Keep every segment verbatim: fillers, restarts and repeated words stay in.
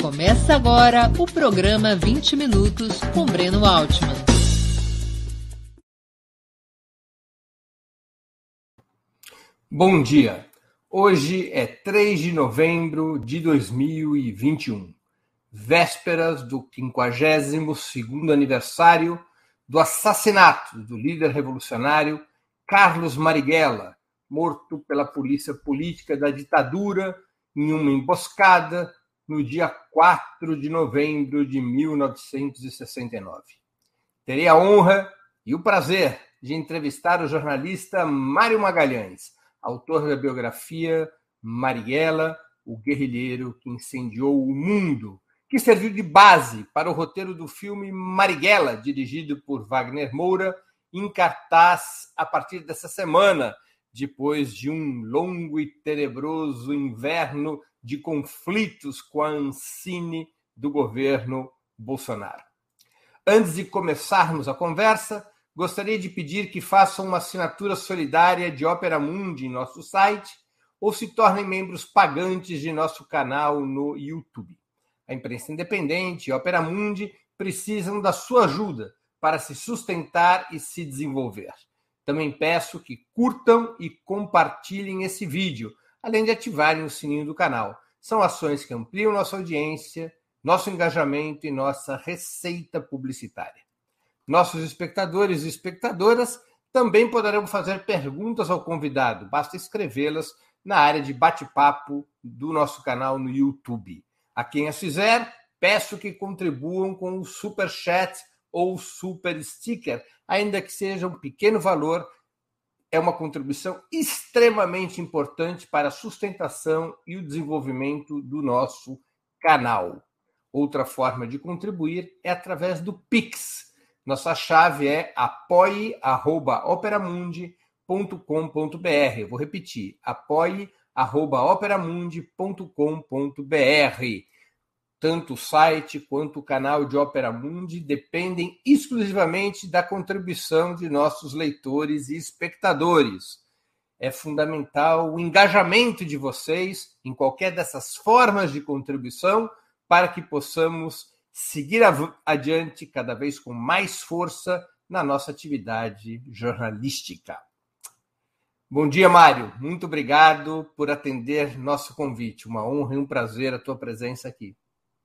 Começa agora o programa vinte minutos com Breno Altman. Bom dia. Hoje é três de novembro de dois mil e vinte e um, vésperas do quinquagésimo segundo aniversário do assassinato do líder revolucionário Carlos Marighella, morto pela polícia política da ditadura em uma emboscada no dia quatro de novembro de mil novecentos e sessenta e nove. Terei a honra e o prazer de entrevistar o jornalista Mário Magalhães, autor da biografia Marighella, o guerrilheiro que incendiou o mundo, que serviu de base para o roteiro do filme Marighella, dirigido por Wagner Moura, em cartaz a partir dessa semana, depois de um longo e tenebroso inverno de conflitos com a Ancine do governo Bolsonaro. Antes de começarmos a conversa, gostaria de pedir que façam uma assinatura solidária de Opera Mundi em nosso site ou se tornem membros pagantes de nosso canal no YouTube. A imprensa independente e Opera Mundi precisam da sua ajuda para se sustentar e se desenvolver. Também peço que curtam e compartilhem esse vídeo, além de ativarem o sininho do canal. São ações que ampliam nossa audiência, nosso engajamento e nossa receita publicitária. Nossos espectadores e espectadoras também poderão fazer perguntas ao convidado, basta escrevê-las na área de bate-papo do nosso canal no YouTube. A quem as fizer, peço que contribuam com o Super Chat ou Super Sticker, ainda que seja um pequeno valor. É uma contribuição extremamente importante para a sustentação e o desenvolvimento do nosso canal. Outra forma de contribuir é através do Pix. Nossa chave é apoie arroba operamundi ponto com ponto br. Eu vou repetir, apoie arroba operamundi ponto com ponto br. Tanto o site quanto o canal de Opera Mundi dependem exclusivamente da contribuição de nossos leitores e espectadores. É fundamental o engajamento de vocês em qualquer dessas formas de contribuição para que possamos seguir adiante cada vez com mais força na nossa atividade jornalística. Bom dia, Mário. Muito obrigado por atender nosso convite. Uma honra e um prazer a tua presença aqui.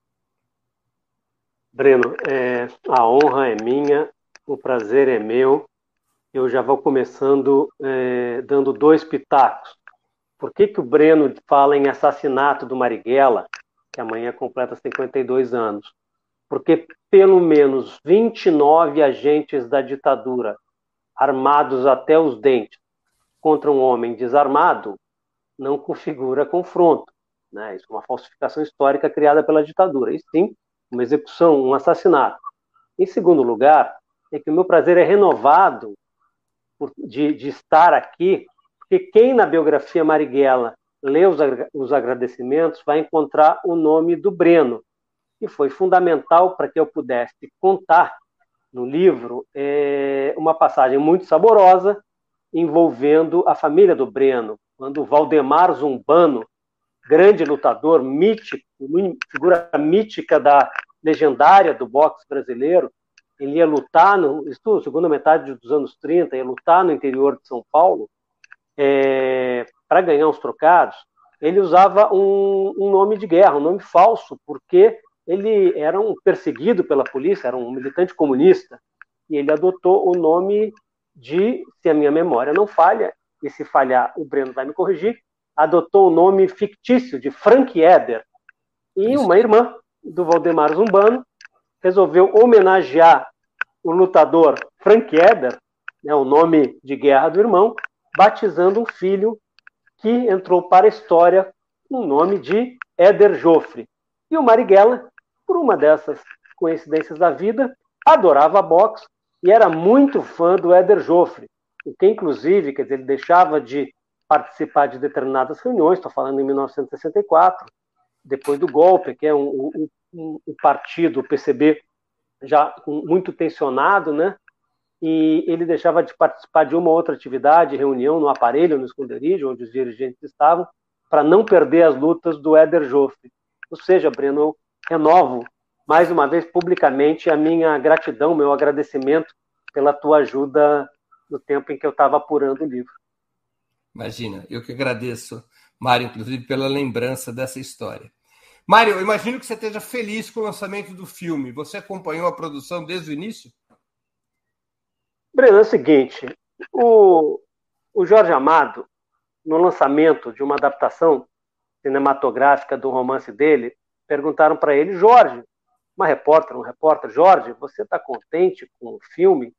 Breno, é, a honra é minha, o prazer é meu. Eu já vou começando é, dando dois pitacos. Por que que o Breno fala em assassinato do Marighella, que amanhã completa cinquenta e dois anos? Porque pelo menos vinte e nove agentes da ditadura, armados até os dentes, contra um homem desarmado, não configura confronto, né? Isso é uma falsificação histórica criada pela ditadura. E sim, uma execução, um assassinato. Em segundo lugar, é que o meu prazer é renovado por, de, de estar aqui, porque quem na biografia Marighella lê os, os agradecimentos vai encontrar o nome do Breno, que foi fundamental para que eu pudesse contar no livro é, uma passagem muito saborosa envolvendo a família do Breno, quando o Valdemar Zumbano, grande lutador, mítico, figura mítica da legendária do boxe brasileiro, ele ia lutar, no, isso, segunda metade dos anos trinta, ia lutar no interior de São Paulo é, para ganhar uns trocados. Ele usava um, um nome de guerra, um nome falso, porque ele era um perseguido pela polícia, era um militante comunista, e ele adotou o nome de, se a minha memória não falha, e se falhar o Breno vai me corrigir, adotou o nome fictício de Frank Eder. E uma irmã do Valdemar Zumbano resolveu homenagear o lutador Frank Eder, né, o nome de guerra do irmão, batizando um filho que entrou para a história com o nome de Eder Joffre. E o Marighella, por uma dessas coincidências da vida, adorava boxe e era muito fã do Eder Joffre, o que inclusive, quer dizer, ele deixava de participar de determinadas reuniões, estou falando em mil novecentos e sessenta e quatro, depois do golpe, que é um, um, um, um partido, o P C B, já muito tensionado, né? E ele deixava de participar de uma outra atividade, reunião no aparelho, no esconderijo, onde os dirigentes estavam, para não perder as lutas do Eder Joffre. Ou seja, Breno, renovo mais uma vez publicamente a minha gratidão, meu agradecimento pela tua ajuda no tempo em que eu estava apurando o livro. Imagina, eu que agradeço, Mário, inclusive, pela lembrança dessa história. Mário, eu imagino que você esteja feliz com o lançamento do filme. Você acompanhou a produção desde o início? Breno, é o seguinte, o, o Jorge Amado, no lançamento de uma adaptação cinematográfica do romance dele, perguntaram para ele, Jorge, uma repórter, um repórter, Jorge, você está contente com o filme?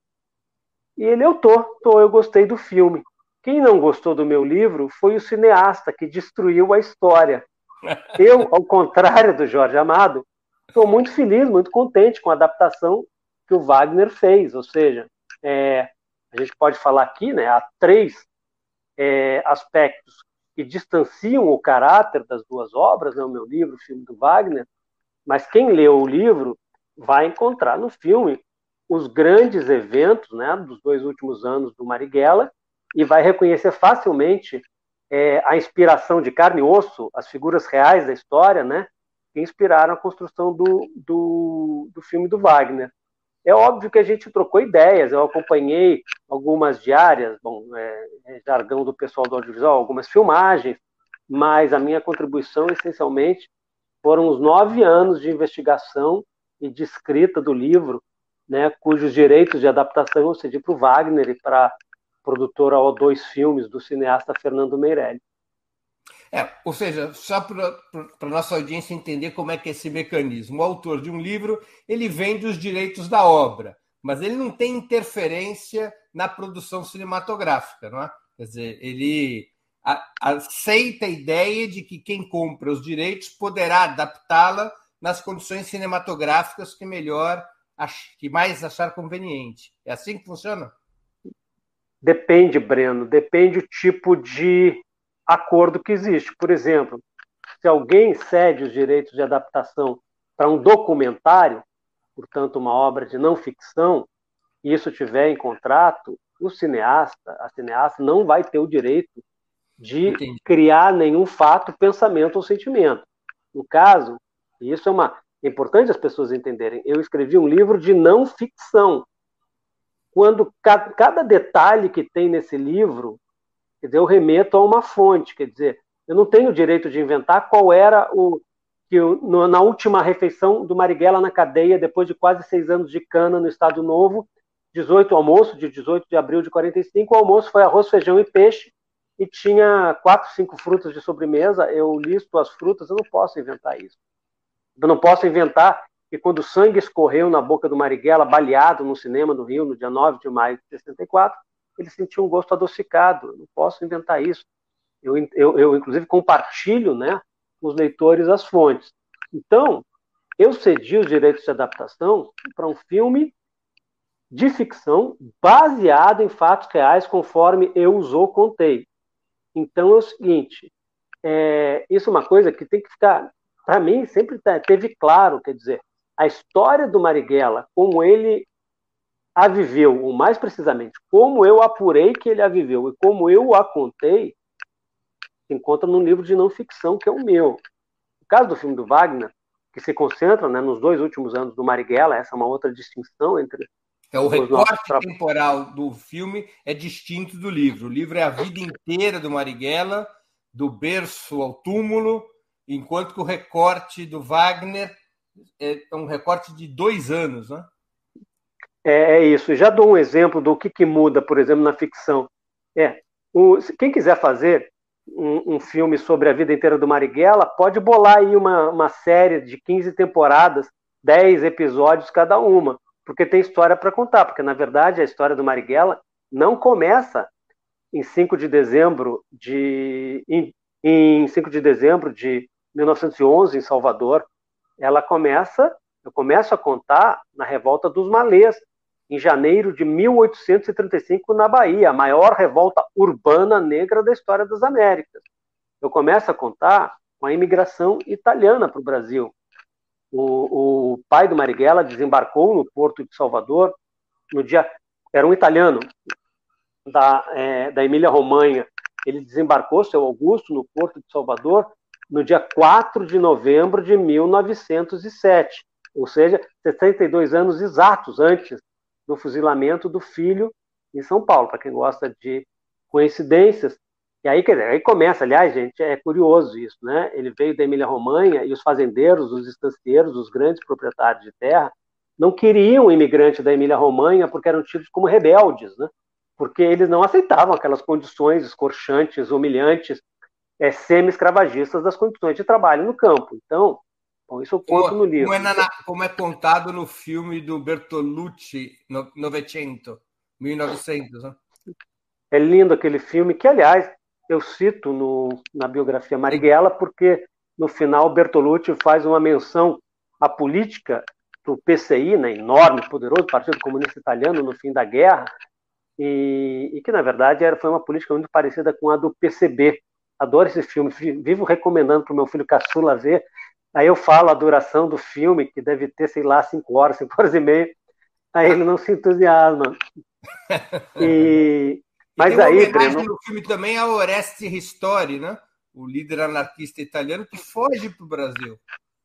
E ele, eu tô, tô, eu gostei do filme. Quem não gostou do meu livro foi o cineasta que destruiu a história. Eu, ao contrário do Jorge Amado, estou muito feliz, muito contente com a adaptação que o Wagner fez. Ou seja, é, a gente pode falar aqui, né, há três é, aspectos que distanciam o caráter das duas obras, né, o meu livro, o filme do Wagner, mas quem leu o livro vai encontrar no filme os grandes eventos, né, dos dois últimos anos do Marighella e vai reconhecer facilmente é, a inspiração de carne e osso, as figuras reais da história, né, que inspiraram a construção do, do, do filme do Wagner. É óbvio que a gente trocou ideias, eu acompanhei algumas diárias, bom, é, é jargão do pessoal do audiovisual, algumas filmagens, mas a minha contribuição, essencialmente, foram os nove anos de investigação e de escrita do livro, né, cujos direitos de adaptação eu cedi para o Wagner e para a produtora O dois Filmes, do cineasta Fernando Meirelles. É, ou seja, só para a nossa audiência entender como é que é esse mecanismo. O autor de um livro, ele vende os direitos da obra, mas ele não tem interferência na produção cinematográfica, não é? Quer dizer, ele a, aceita a ideia de que quem compra os direitos poderá adaptá-la nas condições cinematográficas que melhor, que mais achar conveniente. É assim que funciona? Depende, Breno, depende do tipo de acordo que existe. Por exemplo, se alguém cede os direitos de adaptação para um documentário, portanto, uma obra de não ficção, e isso tiver em contrato, o cineasta, a cineasta não vai ter o direito de Entendi. criar nenhum fato, pensamento ou sentimento. No caso, e isso é uma é importante as pessoas entenderem, eu escrevi um livro de não ficção. Quando ca, cada detalhe que tem nesse livro, quer dizer, eu remeto a uma fonte, quer dizer, eu não tenho o direito de inventar qual era o que eu, no, na última refeição do Marighella na cadeia, depois de quase seis anos de cana no Estado Novo, dezoito almoço, de dezoito de abril de quarenta e cinco, o almoço foi arroz, feijão e peixe, e tinha quatro, cinco frutas de sobremesa, eu listo as frutas, eu não posso inventar isso. Eu não posso inventar que quando o sangue escorreu na boca do Marighella, baleado no cinema do Rio, no dia nove de maio de sessenta e quatro, ele sentiu um gosto adocicado. Eu não posso inventar isso. Eu, eu, eu inclusive, compartilho, né, com os leitores as fontes. Então, eu cedi os direitos de adaptação para um filme de ficção baseado em fatos reais, conforme eu os contei. Então, é o seguinte, é, isso é uma coisa que tem que ficar, para mim, sempre teve claro, quer dizer, a história do Marighella, como ele a viveu, ou mais precisamente, como eu apurei que ele a viveu e como eu a contei, se encontra num livro de não ficção, que é o meu. No caso do filme do Wagner, que se concentra, né, nos dois últimos anos do Marighella, essa é uma outra distinção entre... É, o recorte nossos... temporal do filme é distinto do livro. O livro é a vida inteira do Marighella, do berço ao túmulo, enquanto que o recorte do Wagner é um recorte de dois anos, né? É, é isso. Já dou um exemplo do que, que muda, por exemplo, na ficção. É, o, quem quiser fazer um, um filme sobre a vida inteira do Marighella, pode bolar aí uma, uma série de quinze temporadas, dez episódios cada uma, porque tem história para contar, porque, na verdade, a história do Marighella não começa em cinco de dezembro de, em, em cinco de dezembro de mil novecentos e onze, em Salvador. Ela começa, eu começo a contar na Revolta dos Malês, em janeiro de mil oitocentos e trinta e cinco, na Bahia, a maior revolta urbana negra da história das Américas. Eu começo a contar com a imigração italiana para o Brasil. O, o pai do Marighella desembarcou no Porto de Salvador, no dia, era um italiano da, é, da Emília-Romanha. Ele desembarcou, seu Augusto, no Porto de Salvador, no dia quatro de novembro de mil novecentos e sete, ou seja, sessenta e dois anos exatos antes do fuzilamento do filho em São Paulo, para quem gosta de coincidências. E aí, quer dizer, aí começa, aliás, gente, é curioso isso, né? Ele veio da Emília-Romanha e os fazendeiros, os estancieiros, os grandes proprietários de terra, não queriam o imigrante da Emília-Romanha porque eram tidos como rebeldes, né? Porque eles não aceitavam aquelas condições escorchantes, humilhantes, é, semi-escravagistas das condições de trabalho no campo. Então, bom, isso eu conto como, no livro. Como é, na, como é contado no filme do Bertolucci, no, Novecento, mil e novecentos. Né? É lindo aquele filme, que, aliás, eu cito no, na biografia Marighella, porque no final Bertolucci faz uma menção à política do P C I, né, enorme, poderoso Partido Comunista Italiano no fim da guerra, e, e que, na verdade, era, foi uma política muito parecida com a do P C B. Adoro esse filme, vivo recomendando para o meu filho caçula ver. Aí eu falo a duração do filme, que deve ter, sei lá, cinco horas, cinco horas e meia, aí ele não se entusiasma. E... Mas e tem uma aí, homenagem Breno... no filme também a Oreste Ristori, né? O líder anarquista italiano que foge para o Brasil.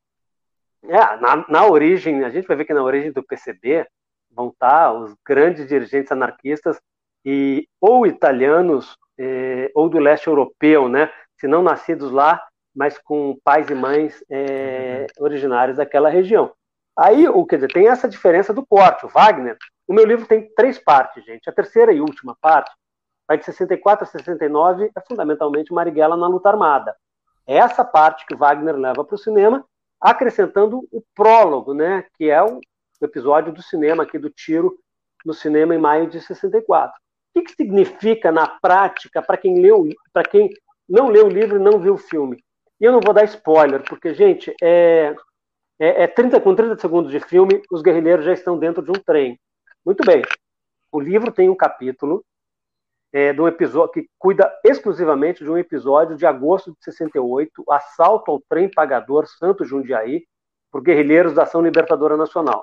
É, na, na origem, a gente vai ver que na origem do P C B vão estar os grandes dirigentes anarquistas e ou italianos eh, ou do leste europeu, né? Se não nascidos lá, mas com pais e mães eh, originários daquela região. Aí, o, quer dizer, tem essa diferença do corte. O Wagner, o meu livro tem três partes, gente. A terceira e última parte vai de sessenta e quatro a sessenta e nove, é fundamentalmente Marighella na luta armada. É essa parte que o Wagner leva para o cinema, acrescentando o prólogo, né, que é o episódio do cinema, aqui do tiro, no cinema em maio de sessenta e quatro. O que, que significa na prática para quem leu, para quem não leu o livro e não viu o filme? E eu não vou dar spoiler, porque, gente, é, é, é trinta, com trinta segundos de filme, os guerrilheiros já estão dentro de um trem. Muito bem. O livro tem um capítulo É, de um episódio que cuida exclusivamente de um episódio de agosto de sessenta e oito, assalto ao trem pagador Santo Jundiaí por guerrilheiros da Ação Libertadora Nacional.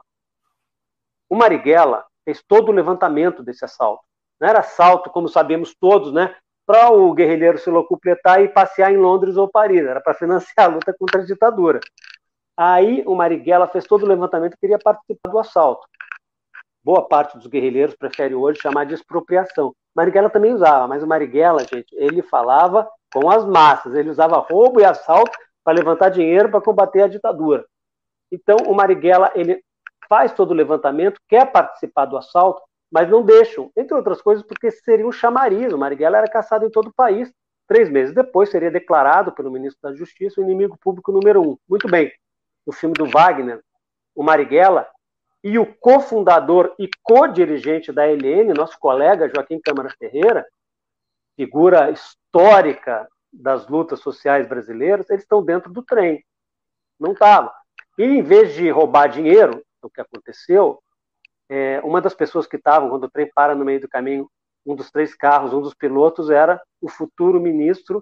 O Marighella fez todo o levantamento desse assalto. Não era assalto, como sabemos todos, né, para o guerrilheiro se locupletar e passear em Londres ou Paris, era para financiar a luta contra a ditadura. Aí o Marighella fez todo o levantamento e queria participar do assalto. Boa parte dos guerrilheiros prefere hoje chamar de expropriação. Marighella também usava, mas o Marighella, gente, ele falava com as massas, ele usava roubo e assalto para levantar dinheiro para combater a ditadura. Então, o Marighella, ele faz todo o levantamento, quer participar do assalto, mas não deixam, entre outras coisas, porque seria um chamariz. O Marighella era caçado em todo o país. Três meses depois, seria declarado pelo ministro da Justiça o inimigo público número um. Muito bem, no filme do Wagner, o Marighella e o cofundador e co-dirigente da L N, nosso colega Joaquim Câmara Ferreira, figura histórica das lutas sociais brasileiras, eles estão dentro do trem. Não estavam. E, em vez de roubar dinheiro, o que aconteceu, é, uma das pessoas que estavam, quando o trem para no meio do caminho, um dos três carros, um dos pilotos, era o futuro ministro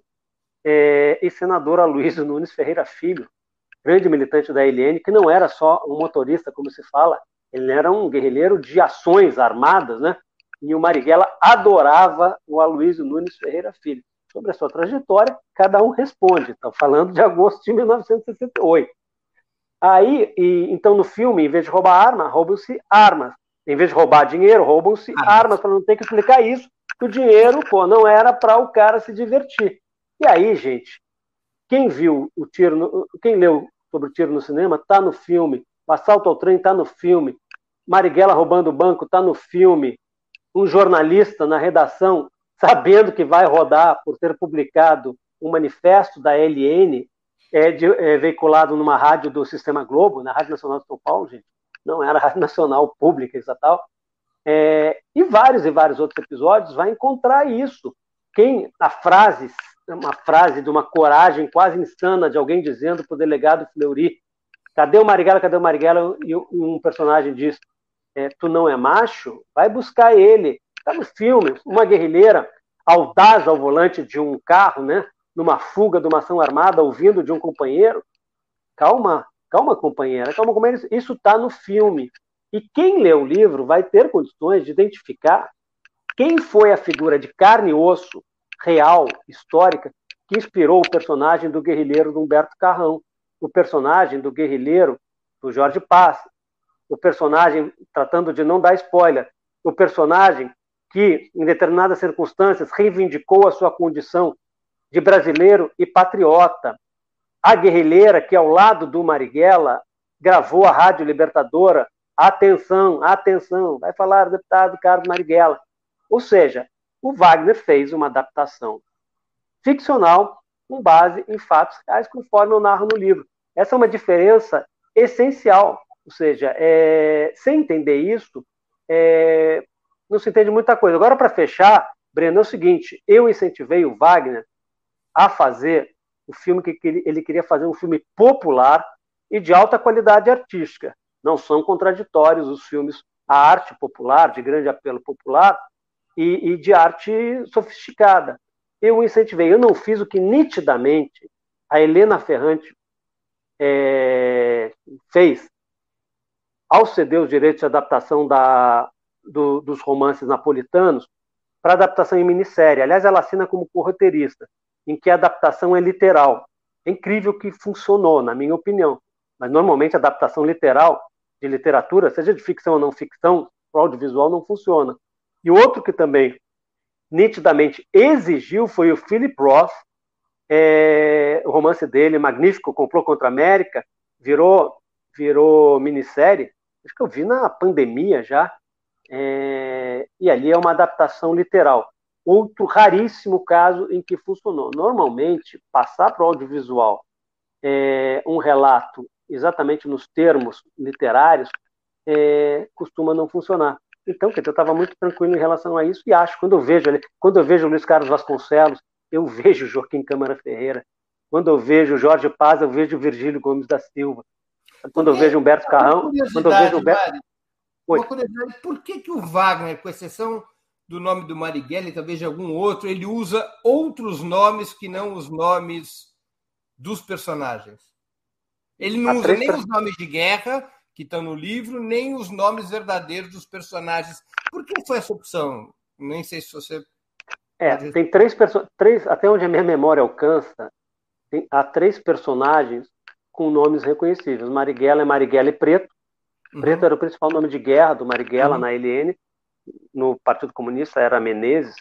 é, e senador Aloysio Nunes Ferreira Filho, grande militante da L N, que não era só um motorista, como se fala, ele era um guerrilheiro de ações armadas, né? E o Marighella adorava o Aloysio Nunes Ferreira Filho. Sobre a sua trajetória, cada um responde. Estão falando de agosto de mil novecentos e sessenta e oito. Aí, e, então, no filme, em vez de roubar arma, roubam-se armas. Em vez de roubar dinheiro, roubam-se armas, armas para não ter que explicar isso, que o dinheiro, pô, não era para o cara se divertir. E aí, gente, quem viu o tiro, no, quem leu sobre o tiro no cinema, está no filme. O assalto ao trem está no filme. Marighella roubando o banco está no filme. Um jornalista na redação, sabendo que vai rodar por ter publicado um manifesto da L N, é, de, é, veiculado numa rádio do Sistema Globo, na Rádio Nacional de São Paulo, gente, não era a Rádio Nacional Pública estatal, é, e vários e vários outros episódios vai encontrar isso. Quem, a frase, uma frase de uma coragem quase insana de alguém dizendo para o delegado Fleury, cadê o Marighella, cadê o Marighella? E um personagem diz, é, tu não é macho? Vai buscar ele. Está no filme, uma guerrilheira audaz ao volante de um carro, né, numa fuga de uma ação armada, ouvindo de um companheiro. Calma, calma, companheira, calma, companheira. Isso está no filme. E quem lê o livro vai ter condições de identificar quem foi a figura de carne e osso, real, histórica, que inspirou o personagem do guerrilheiro do Humberto Carrão, o personagem do guerrilheiro do Jorge Paz, o personagem, tratando de não dar spoiler, o personagem que, em determinadas circunstâncias, reivindicou a sua condição de brasileiro e patriota. A guerrilheira que, ao lado do Marighella, gravou a Rádio Libertadora, atenção, atenção, vai falar o deputado Carlos Marighella. Ou seja, o Wagner fez uma adaptação ficcional com base em fatos reais, conforme eu narro no livro. Essa é uma diferença essencial. Ou seja, é, sem entender isso, é, não se entende muita coisa. Agora, para fechar, Breno, é o seguinte, eu incentivei o Wagner a fazer o filme que ele queria fazer, um filme popular e de alta qualidade artística. Não são contraditórios os filmes, a arte popular, de grande apelo popular, e, e de arte sofisticada. Eu o incentivei, eu não fiz o que nitidamente a Helena Ferrante é, fez ao ceder os direitos de adaptação da, do, dos romances napolitanos para adaptação em minissérie. Aliás, ela assina como corroteirista, em que a adaptação é literal. É incrível que funcionou, na minha opinião. Mas, normalmente, a adaptação literal de literatura, seja de ficção ou não ficção, o audiovisual não funciona. E outro que também nitidamente exigiu foi o Philip Roth, é, o romance dele, Magnífico, Complô contra a América, virou, virou minissérie, acho que eu vi na pandemia já, é, e ali é uma adaptação literal. Outro raríssimo caso em que funcionou. Normalmente, passar para o audiovisual é, um relato exatamente nos termos literários é, costuma não funcionar. Então, quer dizer, eu estava muito tranquilo em relação a isso e acho, quando eu vejo ele, quando eu vejo o Luiz Carlos Vasconcelos, eu vejo Joaquim Câmara Ferreira. Quando eu vejo Jorge Paz, eu vejo Virgílio Gomes da Silva. Quando eu vejo Humberto Carrão, quando eu vejo Humberto... Mari, uma curiosidade, por que, que o Wagner, com exceção do nome do Marighella e talvez de algum outro, ele usa outros nomes que não os nomes dos personagens? Ele não usa nem os nomes de guerra que estão no livro, nem os nomes verdadeiros dos personagens. Por que foi essa opção? Nem sei se você... É, tem três personagens, três, até onde a minha memória alcança, tem, há três personagens com nomes reconhecíveis. Marighella é Marighella e Preto. Uhum. Preto era o principal nome de guerra do Marighella, uhum, na L N. No Partido Comunista era Menezes.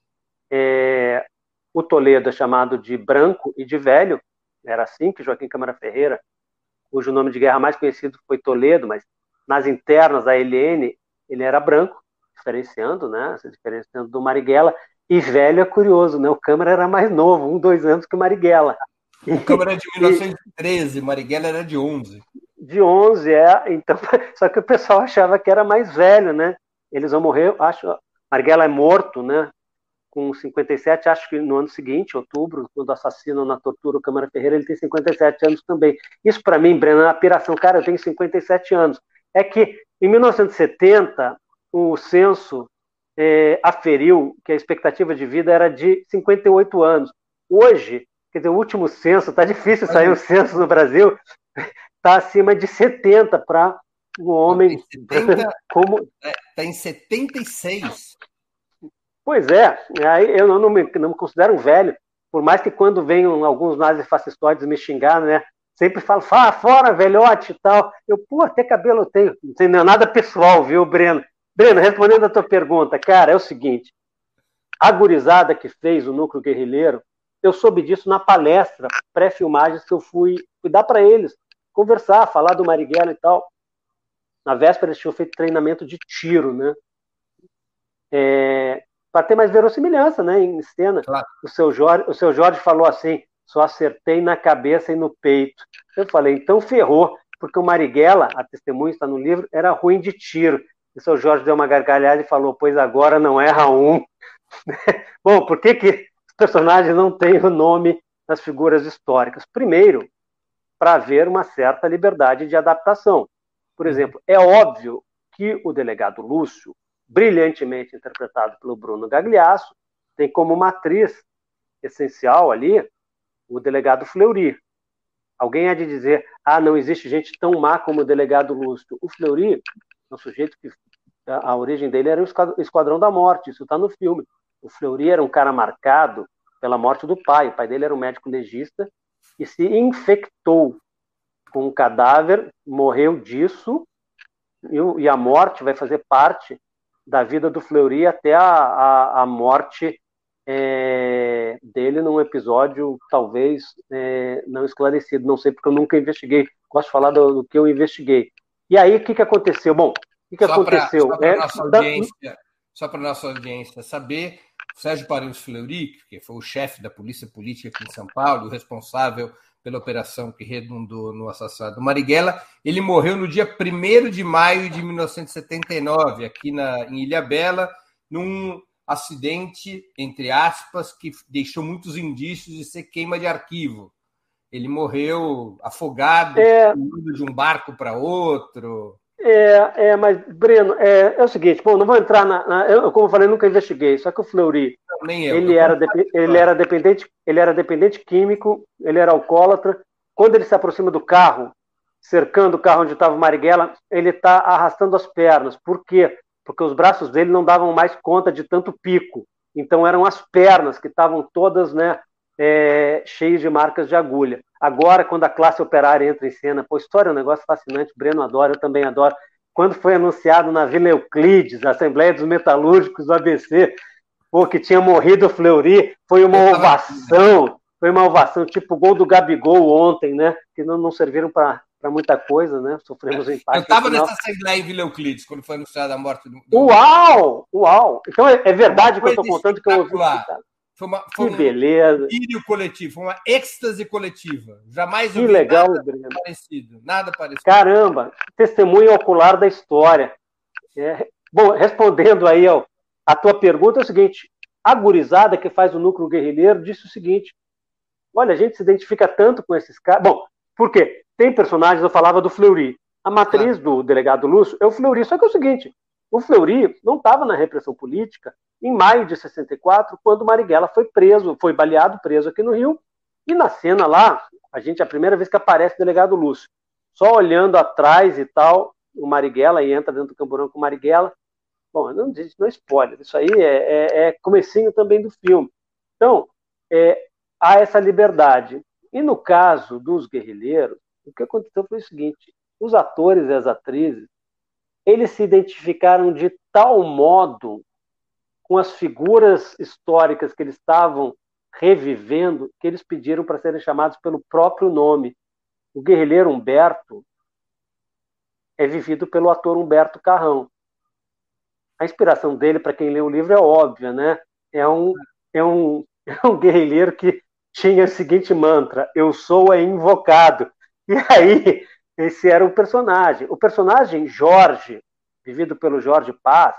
É, o Toledo é chamado de Branco e de Velho. Era assim que Joaquim Câmara Ferreira, cujo nome de guerra mais conhecido foi Toledo, mas nas internas da L N ele era branco, diferenciando, né, se diferenciando do Marighella. E Velho é curioso, né? O Câmara era mais novo, um, dois anos que o Marighella. O Câmara é de mil novecentos e treze, Marighella era de onze. De onze, é. Então, só que o pessoal achava que era mais velho, né? Eles vão morrer, acho... Marighella é morto, né? Com cinquenta e sete, acho que no ano seguinte, outubro, quando assassinam na tortura o Câmara Ferreira, ele tem cinquenta e sete anos também. Isso, para mim, Breno, é uma piração. Cara, eu tenho cinquenta e sete anos. É que, em mil novecentos e setenta, o censo é, aferiu que a expectativa de vida era de cinquenta e oito anos. Hoje, quer dizer, o último censo, tá difícil sair o censo no Brasil, tá acima de setenta para um homem setenta, como... Está em setenta e seis. Pois é, aí eu não, não, me, não me considero um velho, por mais que quando venham alguns nazifascistoides me xingar, né, sempre falo, fala fora, velhote e tal. Eu, pô, até cabelo eu tenho. Não tem nada pessoal, viu, Breno? Breno, respondendo a tua pergunta, cara, é o seguinte, a gurizada que fez o Núcleo Guerrilheiro, eu soube disso na palestra, pré-filmagens que eu fui, fui dar para eles, conversar, falar do Marighella e tal. Na véspera eles tinham feito treinamento de tiro, né? É, para ter mais verossimilhança, né, em cena. Claro. O seu Jorge, o seu Jorge falou assim, só acertei na cabeça e no peito. Eu falei, então ferrou, porque o Marighella, a testemunha está no livro, era ruim de tiro. E o seu Jorge deu uma gargalhada e falou, pois agora não erra um. Bom, por que, que os personagens não têm o nome nas figuras históricas? Primeiro, para haver uma certa liberdade de adaptação. Por exemplo, é óbvio que o delegado Lúcio, brilhantemente interpretado pelo Bruno Gagliasso, tem como matriz essencial ali o delegado Fleury. Alguém há de dizer, ah, não existe gente tão má como o delegado Lúcio. O Fleury é um sujeito que a, a origem dele era o Esquadrão da Morte, isso está no filme. O Fleury era um cara marcado pela morte do pai. O pai dele era um médico legista e se infectou com um cadáver, morreu disso, e a morte vai fazer parte da vida do Fleury até a, a, a morte é, dele num episódio talvez é, não esclarecido. Não sei porque eu nunca investiguei. Gosto de falar do, do que eu investiguei. E aí, o que, que aconteceu? Bom, o que, que só aconteceu? Para é, nossa audiência, só para nossa audiência saber, o Sérgio Paranhos Fleury, que foi o chefe da Polícia Política aqui em São Paulo, o responsável pela operação que redundou no assassinato do Marighella, ele morreu no dia primeiro de maio de mil novecentos e setenta e nove, aqui na, em Ilhabela, num acidente, entre aspas, que deixou muitos indícios de ser queima de arquivo. Ele morreu afogado, é, de um barco para outro. É, é, mas, Breno, é, é o seguinte, bom, não vou entrar na... na eu, como eu falei, nunca investiguei, só que o Fleury, Nem eu. ele, eu era de, ele, era dependente, ele era dependente químico, ele era alcoólatra. Quando ele se aproxima do carro, cercando o carro onde estava o Marighella, ele está arrastando as pernas. Por quê? Porque os braços dele não davam mais conta de tanto pico. Então eram as pernas que estavam todas, né, é, cheias de marcas de agulha. Agora, quando a classe operária entra em cena, pô, história é um negócio fascinante, o Breno adora, eu também adoro. Quando foi anunciado na Vila Euclides, a Assembleia dos Metalúrgicos do A B C, pô, que tinha morrido o Fleury, foi uma ovação, foi uma ovação, tipo o gol do Gabigol ontem, né? Que não, não serviram para muita coisa, né? Sofremos um empate. Eu estava nessa Assembleia em Vila Euclides, quando foi anunciada a morte do... do... Uau! Uau! Então é, é verdade que eu estou contando que eu ouvi. Foi, uma, foi que beleza. um delírio coletivo, foi uma êxtase coletiva. Jamais que legal, nada Breno. parecido. Nada parecido. Caramba, testemunho ocular da história. É, bom, respondendo aí ó, a tua pergunta, é o seguinte: a gurizada que faz o núcleo guerrilheiro disse o seguinte: olha, a gente se identifica tanto com esses caras. Bom, por quê? Tem personagens, eu falava do Fleury. A matriz claro. do delegado Lúcio é o Fleury. Só que é o seguinte: o Fleury não estava na repressão política em maio de sessenta e quatro, quando o Marighella foi preso, foi baleado, preso aqui no Rio, e na cena lá, a gente, a primeira vez que aparece o delegado Lúcio, só olhando atrás e tal, o Marighella, e entra dentro do camburão com o Marighella. Bom, não, não é spoiler, isso aí é, é, é comecinho também do filme. Então, é, há essa liberdade. E no caso dos guerrilheiros, o que aconteceu foi o seguinte: os atores e as atrizes, eles se identificaram de tal modo com as figuras históricas que eles estavam revivendo, que eles pediram para serem chamados pelo próprio nome. O guerrilheiro Humberto é vivido pelo ator Humberto Carrão. A inspiração dele, para quem lê o livro, é óbvia, né? É um, é um, é um guerrilheiro que tinha o seguinte mantra: eu sou é invocado. E aí, esse era o personagem. O personagem Jorge, vivido pelo Jorge Paz,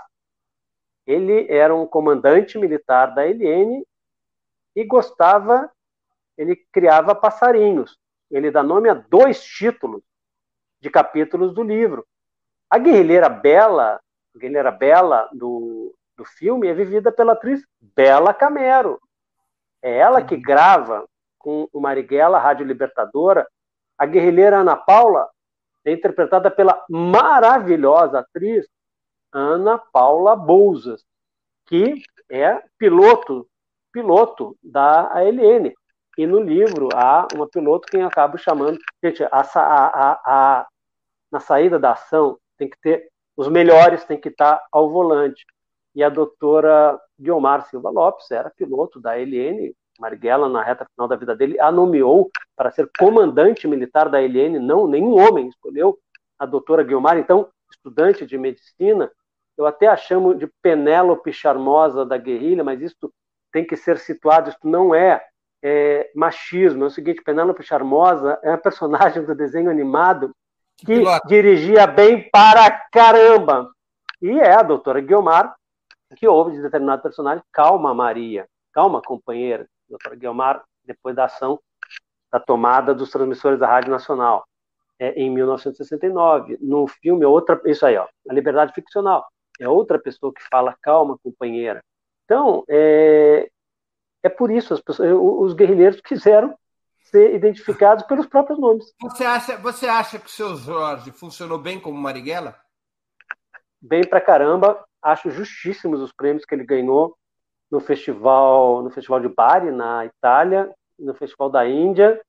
ele era um comandante militar da L N e gostava, ele criava passarinhos. Ele dá nome a dois títulos de capítulos do livro. A guerrilheira Bela, a guerrilheira Bela do, do filme é vivida pela atriz Bela Camero. É ela que grava com o Marighella, a Rádio Libertadora. A guerrilheira Ana Paula é interpretada pela maravilhosa atriz Ana Paula Bouzas, que é piloto, piloto da A L N. E no livro há uma piloto que eu acabo chamando... Gente, a, a, a, na saída da ação tem que ter... Os melhores têm que estar ao volante. E a doutora Guiomar Silva Lopes era piloto da A L N. Marighella, na reta final da vida dele, a nomeou para ser comandante militar da A L N. Não, nenhum homem escolheu a doutora Guiomar. Então, estudante de medicina, eu até a chamo de Penélope Charmosa da guerrilha, mas isso tem que ser situado, isso não é, é machismo. É o seguinte: Penélope Charmosa é uma personagem do desenho animado que Piloto. dirigia bem para caramba. E é a doutora Guiomar que ouve de determinado personagem: calma, Maria, calma, companheira. A doutora Guiomar, depois da ação da tomada dos transmissores da Rádio Nacional, é, em mil novecentos e sessenta e nove. No filme, outra, isso aí, ó, a liberdade ficcional. É outra pessoa que fala calma, companheira. Então, é, é por isso as pessoas, os guerrilheiros quiseram ser identificados pelos próprios nomes. Você acha, você acha que o seu Jorge funcionou bem como Marighella? Bem pra caramba. Acho justíssimos os prêmios que ele ganhou. no festival, no festival de Bari, na Itália, no festival da Índia,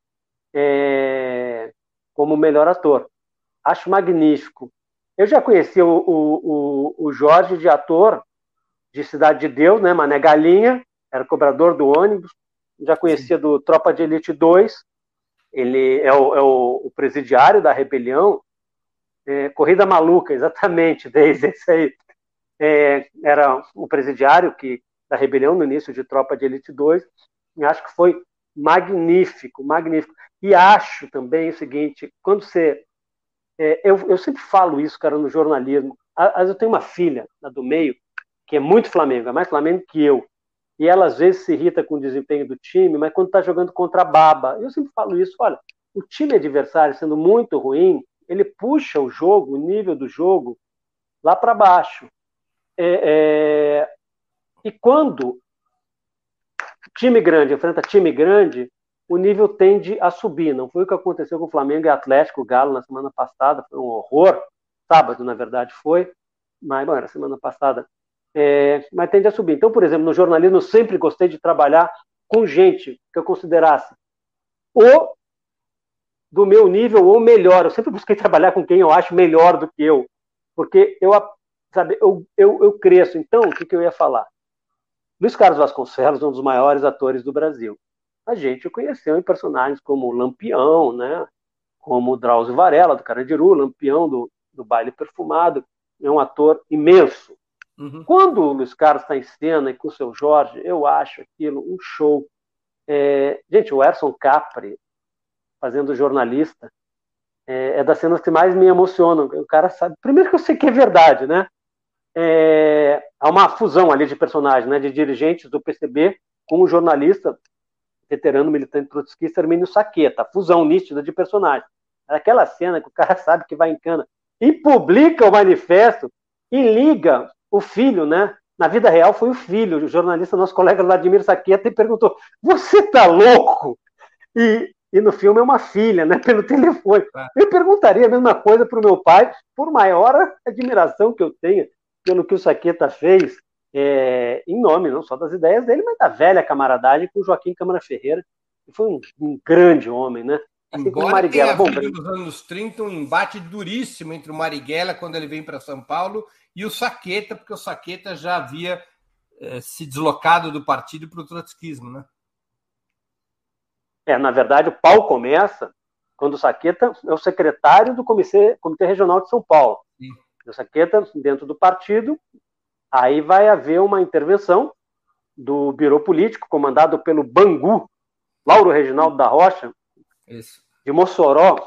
é, como melhor ator. Acho magnífico. Eu já conhecia o, o, o Jorge de ator de Cidade de Deus, né, Mané Galinha, era cobrador do ônibus, já conhecia do Tropa de Elite dois, ele é o, é o, o presidiário da rebelião, é, Corrida Maluca, exatamente, desde esse aí. É, era o presidiário que, da rebelião no início de Tropa de Elite dois, e acho que foi magnífico, magnífico. E acho também o seguinte, quando você... É, eu, eu sempre falo isso, cara, no jornalismo. Às eu tenho uma filha, a do meio, que é muito Flamengo, é mais Flamengo que eu. E ela, às vezes, se irrita com o desempenho do time, mas quando está jogando contra a baba, eu sempre falo isso, olha, o time adversário sendo muito ruim, ele puxa o jogo, o nível do jogo, lá para baixo. É, é... E quando time grande enfrenta time grande, o nível tende a subir. Não foi o que aconteceu com o Flamengo e Atlético Galo na semana passada, foi um horror. Sábado, na verdade, foi, mas, bom, era semana passada. É, mas tende a subir. Então, por exemplo, no jornalismo eu sempre gostei de trabalhar com gente que eu considerasse ou do meu nível ou melhor. Eu sempre busquei trabalhar com quem eu acho melhor do que eu, porque eu, sabe, eu, eu, eu cresço. Então, o que, que eu ia falar? Luiz Carlos Vasconcelos, um dos maiores atores do Brasil. A gente o conheceu em personagens como Lampião, né? Como Drauzio Varela, do Carandiru, Lampião do, do Baile Perfumado. É um ator imenso. Uhum. Quando o Luiz Carlos está em cena e com o seu Jorge, eu acho aquilo um show. É, gente, o Erson Capri, fazendo jornalista, é, é das cenas que mais me emocionam. O cara sabe. Primeiro que eu sei que é verdade, né? É, há uma fusão ali de personagens, né? De dirigentes do P C B com o jornalista, veterano militante trotskista Hermínio Saqueta. Fusão nítida de personagens. Aquela cena que o cara sabe que vai em cana e publica o manifesto e liga o filho, né? Na vida real foi o filho, o jornalista, nosso colega Vladimir Saqueta, e perguntou: você tá louco? E, e no filme é uma filha, né? Pelo telefone. Eu perguntaria a mesma coisa para o meu pai, por maior admiração que eu tenha pelo que o Saqueta fez, é, em nome não só das ideias dele, mas da velha camaradagem com o Joaquim Câmara Ferreira, que foi um, um grande homem, né? Assim Embora como Marighella. Tenha havido nos anos trinta um embate duríssimo entre o Marighella, quando ele vem para São Paulo, e o Saqueta, porque o Saqueta já havia eh, se deslocado do partido para o trotskismo, né? É, na verdade, o pau começa quando o Saqueta é o secretário do Comitê, Comitê Regional de São Paulo. Sim. O Saqueta, dentro do partido, aí vai haver uma intervenção do Biro Político, comandado pelo Bangu, Lauro Reginaldo da Rocha, Isso. de Mossoró,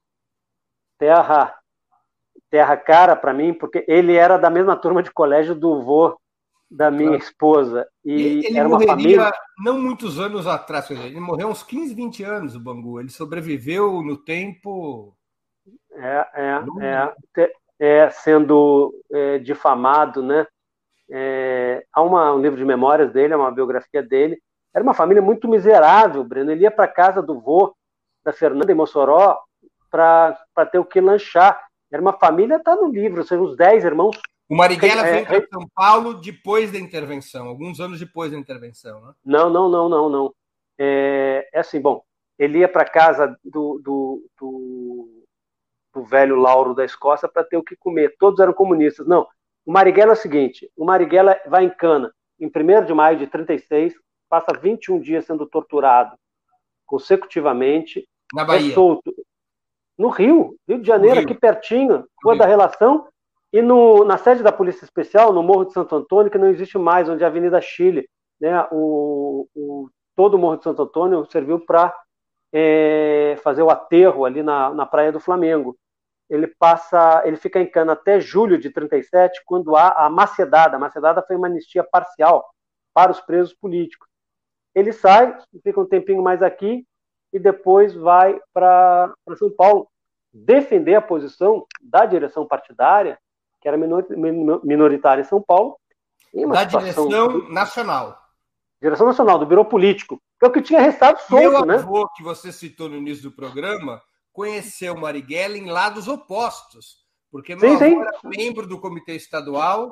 terra, terra cara para mim, porque ele era da mesma turma de colégio do vô da minha claro. esposa. E ele era uma morreria família... não muitos anos atrás, ele morreu uns quinze, vinte anos, o Bangu. Ele sobreviveu no tempo... É, é, é, é sendo é, difamado, né? É, há uma, um livro de memórias dele, uma biografia dele. Era uma família muito miserável, Breno. Ele ia para a casa do vô, da Fernanda em Mossoró, para ter o que lanchar. Era uma família, está no livro, são uns dez irmãos. O Marighella é, veio para São Paulo depois da intervenção, alguns anos depois da intervenção, né? Não, não, não, não, não. É, é assim, bom, ele ia para a casa do, do, do, do velho Lauro da Escócia para ter o que comer. Todos eram comunistas. Não, o Marighella é o seguinte, o Marighella vai em cana em primeiro de maio de trinta e seis, passa vinte e um dias sendo torturado consecutivamente. Na Bahia. É solto. No Rio, Rio de Janeiro, Rio. aqui pertinho, Rua da Relação, e no, na sede da Polícia Especial, no Morro de Santo Antônio, que não existe mais, onde é a Avenida Chile, né, o, o, todo o Morro de Santo Antônio serviu para é, fazer o aterro ali na, na Praia do Flamengo. Ele passa, ele fica em cana até julho de trinta e sete, quando há a macedada. A macedada foi uma anistia parcial para os presos políticos. Ele sai, fica um tempinho mais aqui e depois vai para São Paulo defender a posição da direção partidária, que era minoritária em São Paulo. Em uma da situação... direção nacional. Direção nacional, do Biro Político. Que é o que tinha restado solto, né? Meu avô, que você citou no início do programa, conheceu Marighella em lados opostos, porque meu sim, avô sim. era membro do Comitê Estadual,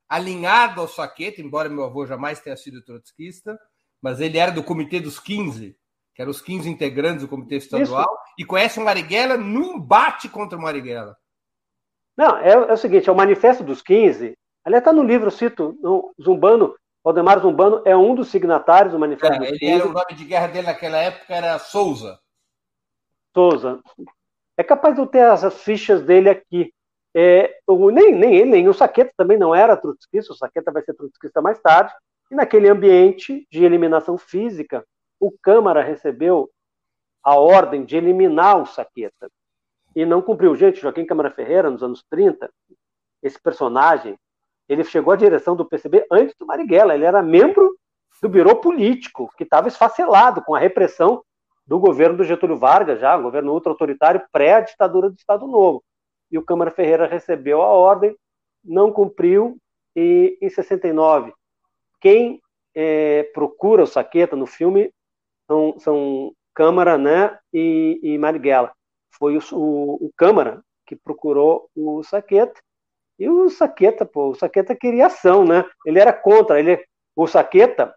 alinhado ao Saqueta, embora meu avô jamais tenha sido trotskista, mas ele era do Comitê dos quinze, que eram os quinze integrantes do Comitê Estadual, Isso. e conhece o Marighella no embate contra o Marighella. Não, é, é o seguinte, é o Manifesto dos quinze, aliás, está no livro, eu cito, no Zumbano, Valdemar Zumbano é um dos signatários do Manifesto é, dos ele quinze. Era, o nome de guerra dele naquela época era Souza. Souza. É capaz de eu ter as fichas dele aqui. É, o, nem, nem ele, nem o Saqueta também não era trotskista, o Saqueta vai ser trotskista mais tarde, e naquele ambiente de eliminação física, o Câmara recebeu a ordem de eliminar o Saqueta, e não cumpriu. Gente, Joaquim Câmara Ferreira, nos anos trinta, esse personagem, ele chegou à direção do P C B antes do Marighella, ele era membro do Birô Político, que estava esfacelado com a repressão do governo do Getúlio Vargas, já, um governo ultra-autoritário pré-ditadura do Estado Novo. E o Câmara Ferreira recebeu a ordem, não cumpriu, e em sessenta e nove, quem é, procura o Saqueta no filme são, são Câmara, né, e, e Marighella. Foi o, o, o Câmara que procurou o Saqueta, e o Saqueta, pô, o Saqueta queria ação, né? Ele era contra, ele, o Saqueta,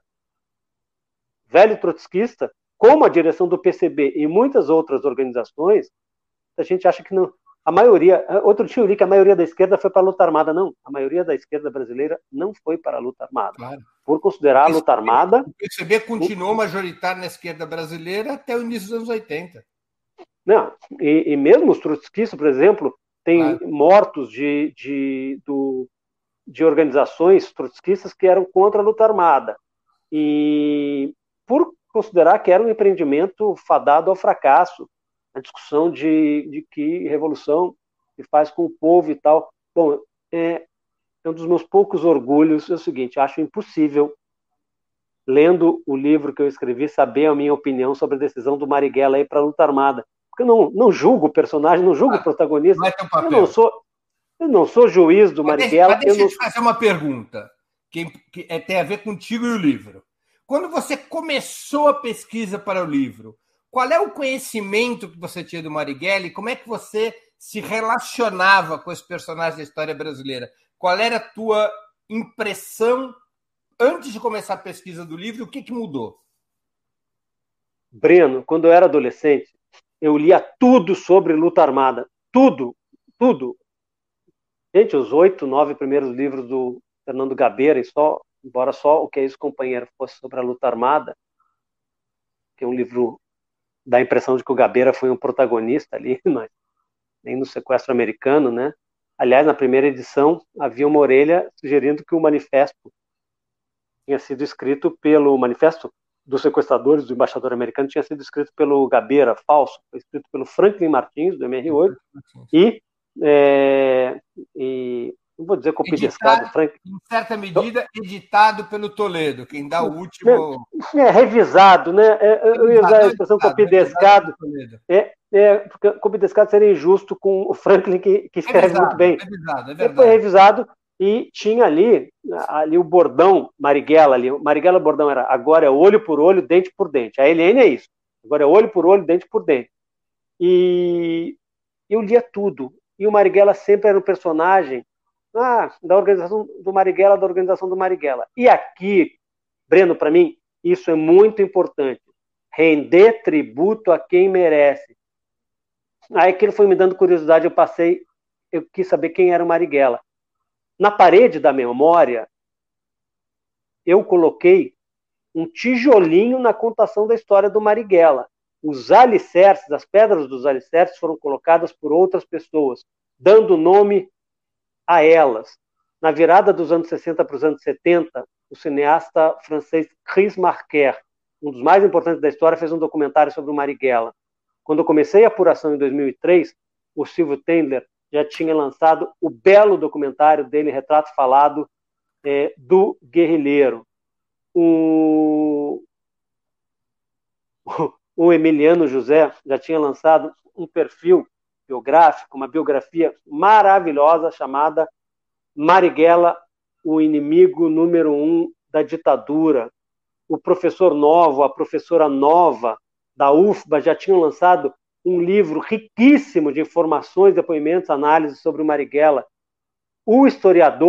velho trotskista, como a direção do P C B e muitas outras organizações, a gente acha que não. A maioria, outro dia eu li que a maioria da esquerda foi para a luta armada. Não, a maioria da esquerda brasileira não foi para a luta armada. Claro. Por considerar a luta armada... O P C B continuou majoritário na esquerda brasileira até o início dos anos oitenta. Não, e, e mesmo os trotskistas, por exemplo, tem claro. mortos de, de, do, de organizações trotskistas que eram contra a luta armada. E por considerar que era um empreendimento fadado ao fracasso, a discussão de, de que revolução se faz com o povo e tal. Bom, é, é um dos meus poucos orgulhos, é o seguinte, acho impossível, lendo o livro que eu escrevi, saber a minha opinião sobre a decisão do Marighella ir para a luta armada. Porque eu não, não julgo o personagem, não julgo ah, o protagonista. Eu não sou, eu não sou juiz do mas Marighella. Deixa, mas deixa eu não... te fazer uma pergunta, que, que é, tem a ver contigo e o livro. Quando você começou a pesquisa para o livro, qual é o conhecimento que você tinha do Marighella e como é que você se relacionava com esse personagem da história brasileira? Qual era a tua impressão antes de começar a pesquisa do livro? O que, que mudou? Breno, quando eu era adolescente, eu lia tudo sobre luta armada. Tudo, tudo. Gente, os oito, nove primeiros livros do Fernando Gabeira, e só, embora só o que é isso, companheiro, fosse sobre a luta armada, que é um livro dá a impressão de que o Gabeira foi um protagonista ali, mas nem no sequestro americano, né? Aliás, na primeira edição, havia uma orelha sugerindo que o manifesto tinha sido escrito pelo manifesto dos sequestradores do embaixador americano tinha sido escrito pelo Gabeira, falso, foi escrito pelo Franklin Martins, do M R oito, e, é, e não vou dizer copidescado, Frank... em certa medida, editado pelo Toledo, quem dá o último... É, é revisado, né? É, eu ia usar a expressão copidescado, é, é, porque copidescado seria injusto com o Franklin, que, que escreve revisado, muito bem. Revisado, é Ele foi revisado e tinha ali, ali o bordão Marighella, ali, o Marighella bordão era agora é olho por olho, dente por dente. A L N é isso, agora é olho por olho, dente por dente. E eu lia tudo. E o Marighella sempre era um personagem ah, da organização do Marighella, da organização do Marighella. E aqui, Breno, para mim, isso é muito importante. Render tributo a quem merece. Aí aquilo foi me dando curiosidade, eu passei, eu quis saber quem era o Marighella. Na parede da memória, eu coloquei um tijolinho na contação da história do Marighella. Os alicerces, as pedras dos alicerces foram colocadas por outras pessoas, dando nome a elas. Na virada dos anos sessenta para os anos setenta, o cineasta francês Chris Marker, um dos mais importantes da história, fez um documentário sobre o Marighella. Quando eu comecei a apuração em dois mil e três, o Silvio Tendler já tinha lançado o belo documentário dele, Retrato Falado, é, do Guerrilheiro. O... o Emiliano José já tinha lançado um perfil biográfico, uma biografia maravilhosa chamada Marighella, o inimigo número um da ditadura. O professor Novo, a professora Nova da U F B A já tinham lançado um livro riquíssimo de informações, depoimentos, análises sobre o Marighella. O historiador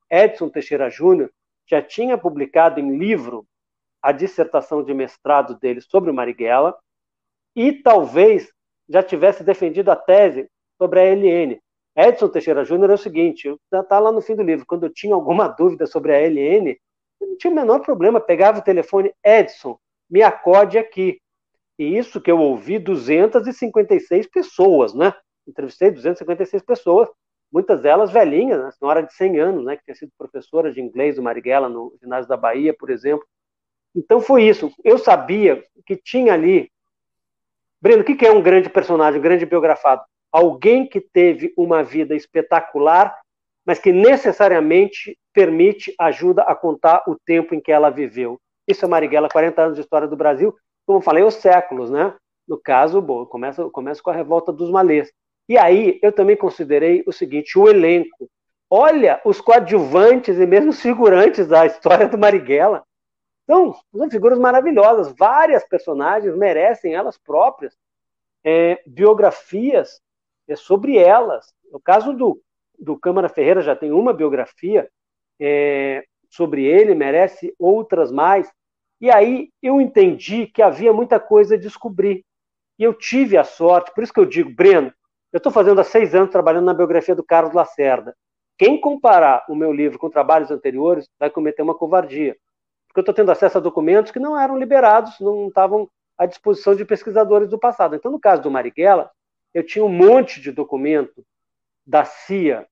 Edson Teixeira Júnior já tinha publicado em livro a dissertação de mestrado dele sobre o Marighella e talvez já tivesse defendido a tese sobre a A L N. Edson Teixeira Júnior é o seguinte, está lá no fim do livro, quando eu tinha alguma dúvida sobre a A L N, eu não tinha o menor problema, pegava o telefone, Edson, me acode aqui. E isso que eu ouvi duzentas e cinquenta e seis pessoas, né? Entrevistei duzentas e cinquenta e seis pessoas, muitas delas velhinhas, né? Senhora de cem anos, né? Que tinha sido professora de inglês do Marighella no ginásio da Bahia, por exemplo. Então foi isso. Eu sabia que tinha ali... Breno, o que é um grande personagem, um grande biografado? Alguém que teve uma vida espetacular, mas que necessariamente permite, ajuda a contar o tempo em que ela viveu. Isso é Marighella, quarenta anos de história do Brasil, como eu falei, os séculos, né? No caso, bom, começa, começa com a revolta dos malês. E aí eu também considerei o seguinte, o elenco. Olha os coadjuvantes e mesmo os figurantes da história do Marighella. Então, são figuras maravilhosas. Várias personagens merecem elas próprias é, biografias é, sobre elas. No caso do, do Câmara Ferreira, já tem uma biografia é, sobre ele, merece outras mais. E aí eu entendi que havia muita coisa a descobrir. E eu tive a sorte, por isso que eu digo, Breno, eu estou fazendo há seis anos trabalhando na biografia do Carlos Lacerda. Quem comparar o meu livro com trabalhos anteriores vai cometer uma covardia. Porque eu estou tendo acesso a documentos que não eram liberados, não estavam à disposição de pesquisadores do passado. Então, no caso do Marighella, eu tinha um monte de documento da C I A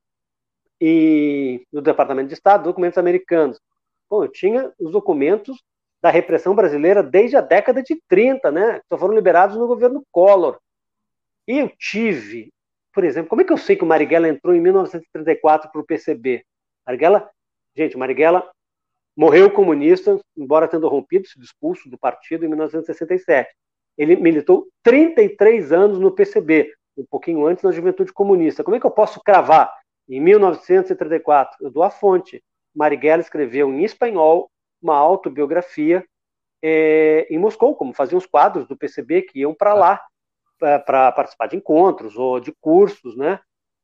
e do Departamento de Estado, documentos americanos. Bom, eu tinha os documentos da repressão brasileira desde a década de trinta, né? Que só foram liberados no governo Collor. E eu tive, por exemplo, como é que eu sei que o Marighella entrou em mil novecentos e trinta e quatro para o P C B? Marighella, gente, o Marighella morreu comunista, embora tendo rompido, sido expulso do partido em mil novecentos e sessenta e sete. Ele militou trinta e três anos no P C B, um pouquinho antes na Juventude Comunista. Como é que eu posso cravar? Em mil novecentos e trinta e quatro, eu dou a fonte. Marighella escreveu em espanhol uma autobiografia é, em Moscou, como faziam os quadros do P C B que iam para lá para participar de encontros ou de cursos, né?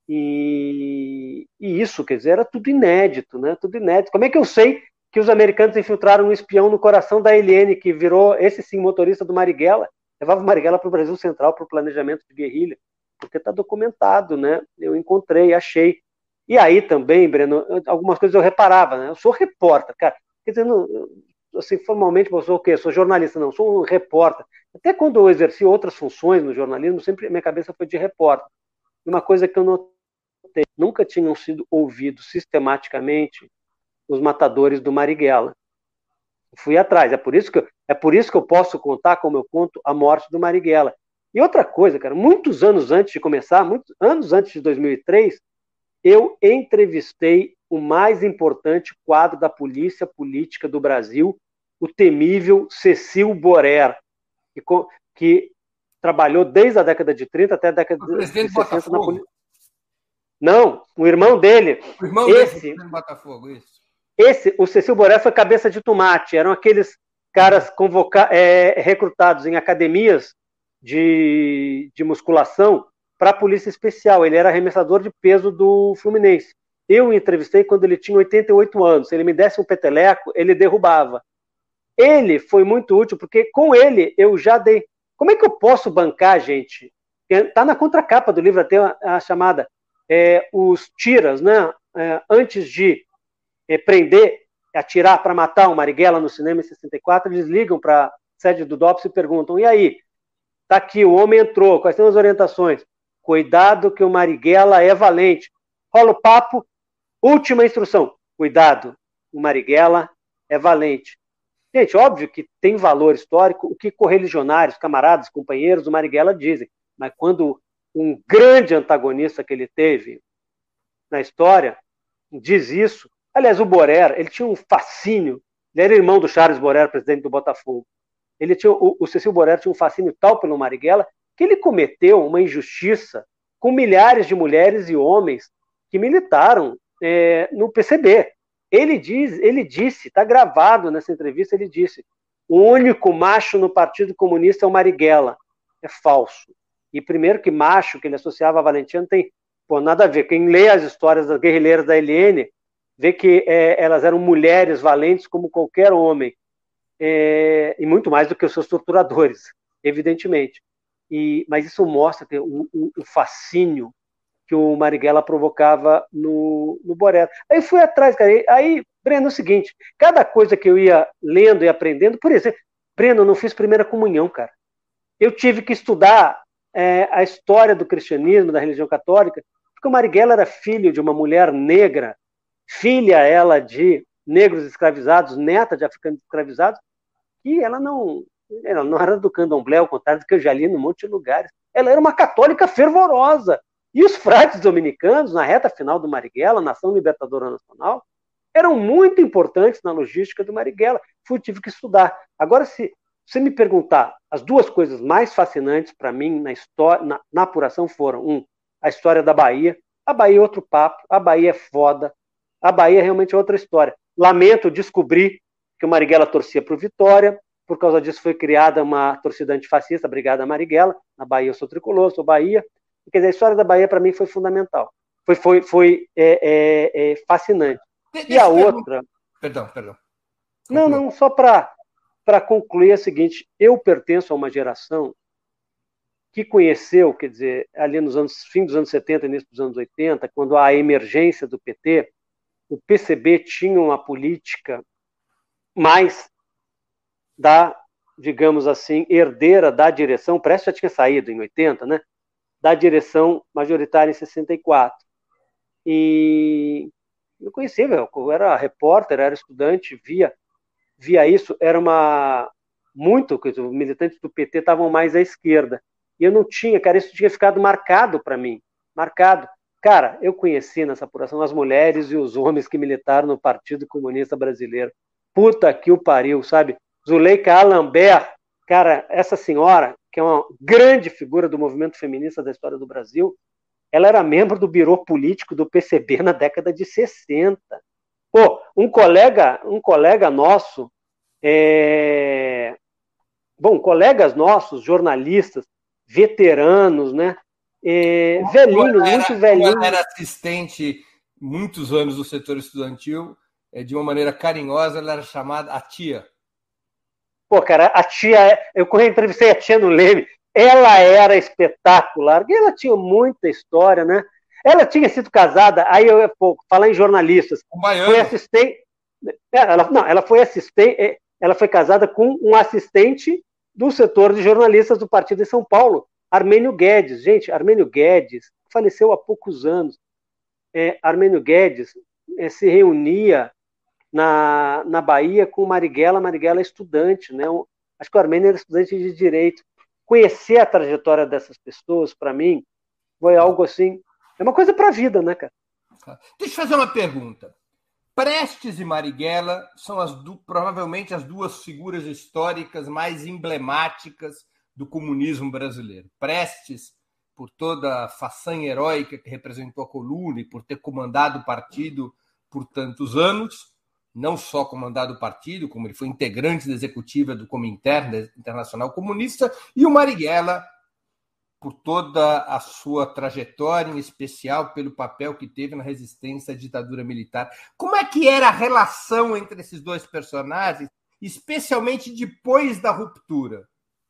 E, e isso, quer dizer, era tudo inédito, né? Tudo inédito. Como é que eu sei que os americanos infiltraram um espião no coração da A L N, que virou, esse sim, motorista do Marighella, levava o Marighella para o Brasil Central para o planejamento de guerrilha, porque está documentado, né? Eu encontrei, achei. E aí também, Breno, algumas coisas eu reparava, né? Eu sou repórter, cara. Quer dizer, não, assim, formalmente eu sou o quê? Eu sou jornalista, não, sou um repórter. Até quando eu exerci outras funções no jornalismo, sempre minha cabeça foi de repórter. E uma coisa que eu notei, nunca tinham sido ouvidos sistematicamente os matadores do Marighella. Fui atrás, é por isso que eu, é por isso que eu posso contar como eu conto a morte do Marighella. E outra coisa, cara, muitos anos antes de começar, muitos anos antes de dois mil e três, eu entrevistei o mais importante quadro da polícia política do Brasil, o temível Cecil Borer, que, que trabalhou desde a década de trinta até a década o de sessenta na polícia. Não, o irmão dele. O irmão esse, dele foi Botafogo, isso. Esse, o Cecil Borer foi cabeça de tomate, eram aqueles caras convoca, é, recrutados em academias de, de musculação para a polícia especial. Ele era arremessador de peso do Fluminense. Eu o entrevistei quando ele tinha oitenta e oito anos. Se ele me desse um peteleco, ele derrubava. Ele foi muito útil, porque com ele eu já dei. Como é que eu posso bancar, gente? Está na contracapa do livro até a, a chamada é, os tiras, né? É, antes de é, prender, atirar para matar o Marighella no cinema em sessenta e quatro, eles ligam para a sede do D O P S e perguntam, e aí? Tá aqui, o homem entrou, quais são as orientações? Cuidado que o Marighella é valente. Rola o papo, última instrução. Cuidado, o Marighella é valente. Gente, óbvio que tem valor histórico o que correligionários, camaradas, companheiros do Marighella dizem, mas quando um grande antagonista que ele teve na história diz isso, aliás, o Borer, ele tinha um fascínio, ele era irmão do Charles Borer, presidente do Botafogo, ele tinha, o, o Cecil Borer tinha um fascínio tal pelo Marighella que ele cometeu uma injustiça com milhares de mulheres e homens que militaram é, no P C B. Ele, diz, ele disse, está gravado nessa entrevista, ele disse, o único macho no Partido Comunista é o Marighella. É falso. E primeiro que macho, que ele associava a valentia, não tem pô, nada a ver. Quem lê as histórias das guerrilheiras da A L N ver que é, elas eram mulheres valentes como qualquer homem, é, e muito mais do que os seus torturadores, evidentemente. E, mas isso mostra que o, o, o fascínio que o Marighella provocava no, no Borello. Aí fui atrás, cara. Aí, Breno, é o seguinte, cada coisa que eu ia lendo e aprendendo, por exemplo, Breno, eu não fiz primeira comunhão, cara. Eu tive que estudar é, a história do cristianismo, da religião católica, porque o Marighella era filho de uma mulher negra, filha ela de negros escravizados, neta de africanos escravizados, e ela não, ela não era do candomblé, ao contrário do que eu já li num monte de lugares. Ela era uma católica fervorosa. E os frades dominicanos, na reta final do Marighella, Nação Libertadora Nacional, eram muito importantes na logística do Marighella. Fui, tive que estudar. Agora, se você me perguntar, as duas coisas mais fascinantes para mim na, história, na, na apuração foram, um, a história da Bahia. A Bahia é outro papo, a Bahia é foda, a Bahia realmente é outra história. Lamento descobrir que o Marighella torcia para o Vitória, por causa disso foi criada uma torcida antifascista, a Brigada Marighella. Na Bahia eu sou tricolor, sou Bahia. Quer dizer, a história da Bahia para mim foi fundamental. Foi, foi, foi é, é, é fascinante. De, e a outra... Perdão, perdão. Conclua. Não, não, só para concluir é o seguinte, eu pertenço a uma geração que conheceu, quer dizer, ali nos anos, fim dos anos setenta, início dos anos oitenta, quando há a emergência do P T, o P C B tinha uma política mais da, digamos assim, herdeira da direção, o Prestes já tinha saído em oitenta, né? Da direção majoritária em sessenta e quatro. E eu conhecia, eu era repórter, era estudante, via, via isso, era uma... Muito, os militantes do P T estavam mais à esquerda. E eu não tinha, cara, isso tinha ficado marcado para mim. Marcado. Cara, eu conheci nessa apuração as mulheres e os homens que militaram no Partido Comunista Brasileiro. Puta que o pariu, sabe? Zuleika Alambert, cara, essa senhora, que é uma grande figura do movimento feminista da história do Brasil, ela era membro do birô político do P C B na década de sessenta. Pô, um colega, um colega nosso, é... bom, colegas nossos, jornalistas, veteranos, né? É... velhinhos, era, muito velhinhos. Ela era assistente muitos anos do setor estudantil, de uma maneira carinhosa, ela era chamada a tia. Pô, cara, a tia, eu entrevistei a tia no Leme, ela era espetacular, ela tinha muita história, né? Ela tinha sido casada, aí eu vou falar em jornalistas, um baiano. Foi assistente, ela, não, ela foi assistente, ela foi casada com um assistente do setor de jornalistas do Partido de São Paulo, Armênio Guedes. Gente, Armênio Guedes faleceu há poucos anos. É, Armênio Guedes é, se reunia na, na Bahia com Marighella, Marighella é estudante, né? Um, acho que o Armênio era estudante de Direito. Conhecer a trajetória dessas pessoas, para mim, foi algo assim, é uma coisa para a vida, né, cara? Deixa eu fazer uma pergunta. Prestes e Marighella são as du- provavelmente as duas figuras históricas mais emblemáticas do comunismo brasileiro. Prestes, por toda a façanha heróica que representou a coluna e por ter comandado o partido por tantos anos, não só comandado o partido, como ele foi integrante da executiva do Comintern, da Internacional Comunista, e o Marighella, por toda a sua trajetória, em especial pelo papel que teve na resistência à ditadura militar. Como é que era a relação entre esses dois personagens, especialmente depois da ruptura?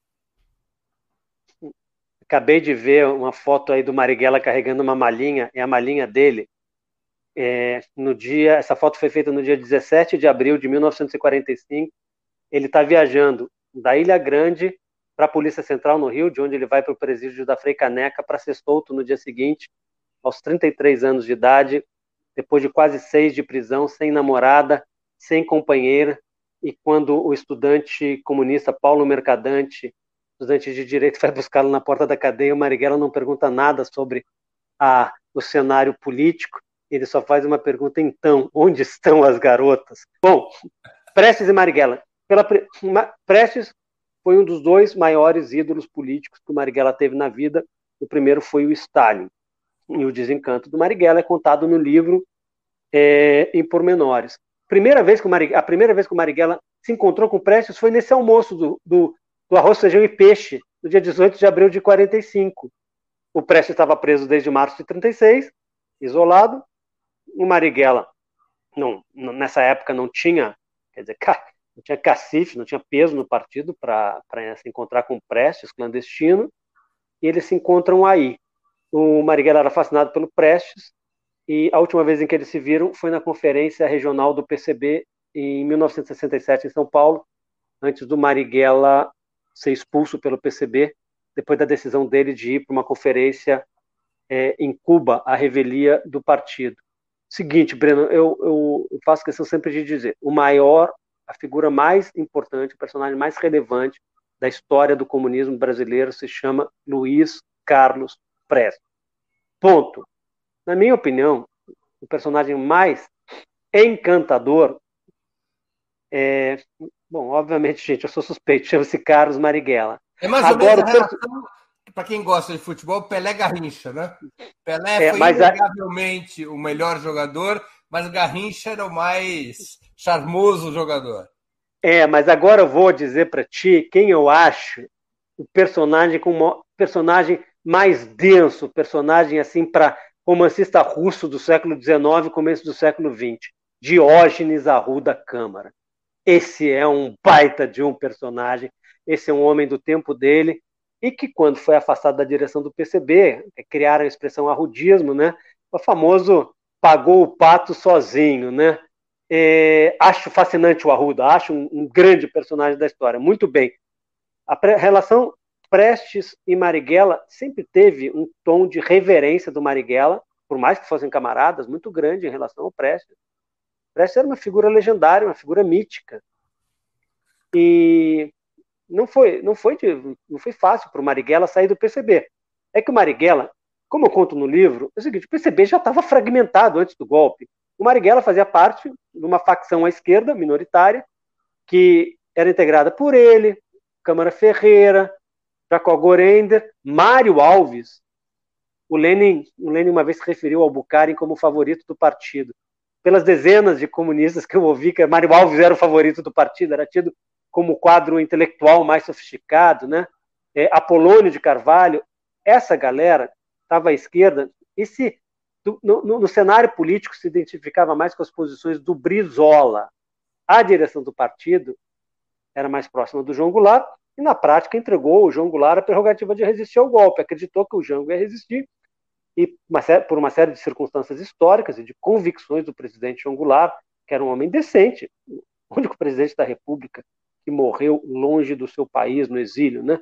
Acabei de ver uma foto aí do Marighella carregando uma malinha, é a malinha dele. É, no dia, essa foto foi feita no dia dezessete de abril de mil novecentos e quarenta e cinco. Ele está viajando da Ilha Grande para a Polícia Central no Rio, de onde ele vai para o presídio da Frei Caneca para ser solto no dia seguinte, aos trinta e três anos de idade, depois de quase seis de prisão, sem namorada, sem companheira, e quando o estudante comunista Paulo Mercadante, estudante de Direito, vai buscá-lo na porta da cadeia, o Marighella não pergunta nada sobre a, o cenário político, ele só faz uma pergunta, então, onde estão as garotas? Bom, Prestes e Marighella. Pela, Prestes foi um dos dois maiores ídolos políticos que o Marighella teve na vida. O primeiro foi o Stalin. E o desencanto do Marighella é contado no livro é, em pormenores. Primeira vez que o Marighella, a primeira vez que o Marighella se encontrou com o Prestes foi nesse almoço do, do, do arroz, feijão e peixe, no dia dezoito de abril de quarenta e cinco. O Prestes estava preso desde março de trinta e seis, isolado. O Marighella não, nessa época não tinha, quer dizer, não tinha cacife, não tinha peso no partido para se encontrar com o Prestes, clandestino, e eles se encontram aí. O Marighella era fascinado pelo Prestes, e a última vez em que eles se viram foi na conferência regional do P C B em mil novecentos e sessenta e sete, em São Paulo, antes do Marighella ser expulso pelo P C B, depois da decisão dele de ir para uma conferência é, em Cuba, a revelia do partido. Seguinte, Breno, eu, eu, eu faço questão sempre de dizer, o maior, a figura mais importante, o personagem mais relevante da história do comunismo brasileiro se chama Luiz Carlos Prestes. Ponto. Na minha opinião, o personagem mais encantador é... Bom, obviamente, gente, eu sou suspeito, chama-se Carlos Marighella. É mais ou menos a relação, para quem gosta de futebol, Pelé-Garrincha, né? Pelé é, foi inegavelmente a... o melhor jogador, mas Garrincha era o mais charmoso jogador. É, mas agora eu vou dizer para ti quem eu acho o personagem com o personagem mais denso, personagem assim para romancista russo do século dezenove, começo do século vinte, Diógenes Arruda Câmara. Esse é um baita de um personagem, esse é um homem do tempo dele, e que quando foi afastado da direção do P C B, criaram a expressão arrudismo, né? O famoso pagou o pato sozinho, né? É, acho fascinante o Arruda, acho um, um grande personagem da história. Muito bem. A pre- relação Prestes e Marighella sempre teve um tom de reverência do Marighella, por mais que fossem camaradas, muito grande em relação ao Prestes. Prestes era uma figura legendária, uma figura mítica. E não foi, não foi, de, não foi fácil para o Marighella sair do P C B. É que o Marighella, como eu conto no livro, é o seguinte, o P C B já estava fragmentado antes do golpe. O Marighella fazia parte de uma facção à esquerda, minoritária, que era integrada por ele, Câmara Ferreira, Jacó Gorender, Mário Alves. O Lenin, o Lenin uma vez se referiu ao Bukharin como o favorito do partido. Pelas dezenas de comunistas que eu ouvi que Mário Alves era o favorito do partido, era tido como o quadro intelectual mais sofisticado, né? É, Apolônio de Carvalho, essa galera estava à esquerda e se No, no, no cenário político se identificava mais com as posições do Brizola. A direção do partido era mais próxima do João Goulart e, na prática, entregou ao João Goulart a prerrogativa de resistir ao golpe. Acreditou que o Jango ia resistir e, uma, por uma série de circunstâncias históricas e de convicções do presidente João Goulart, que era um homem decente, o único presidente da República que morreu longe do seu país, no exílio, né?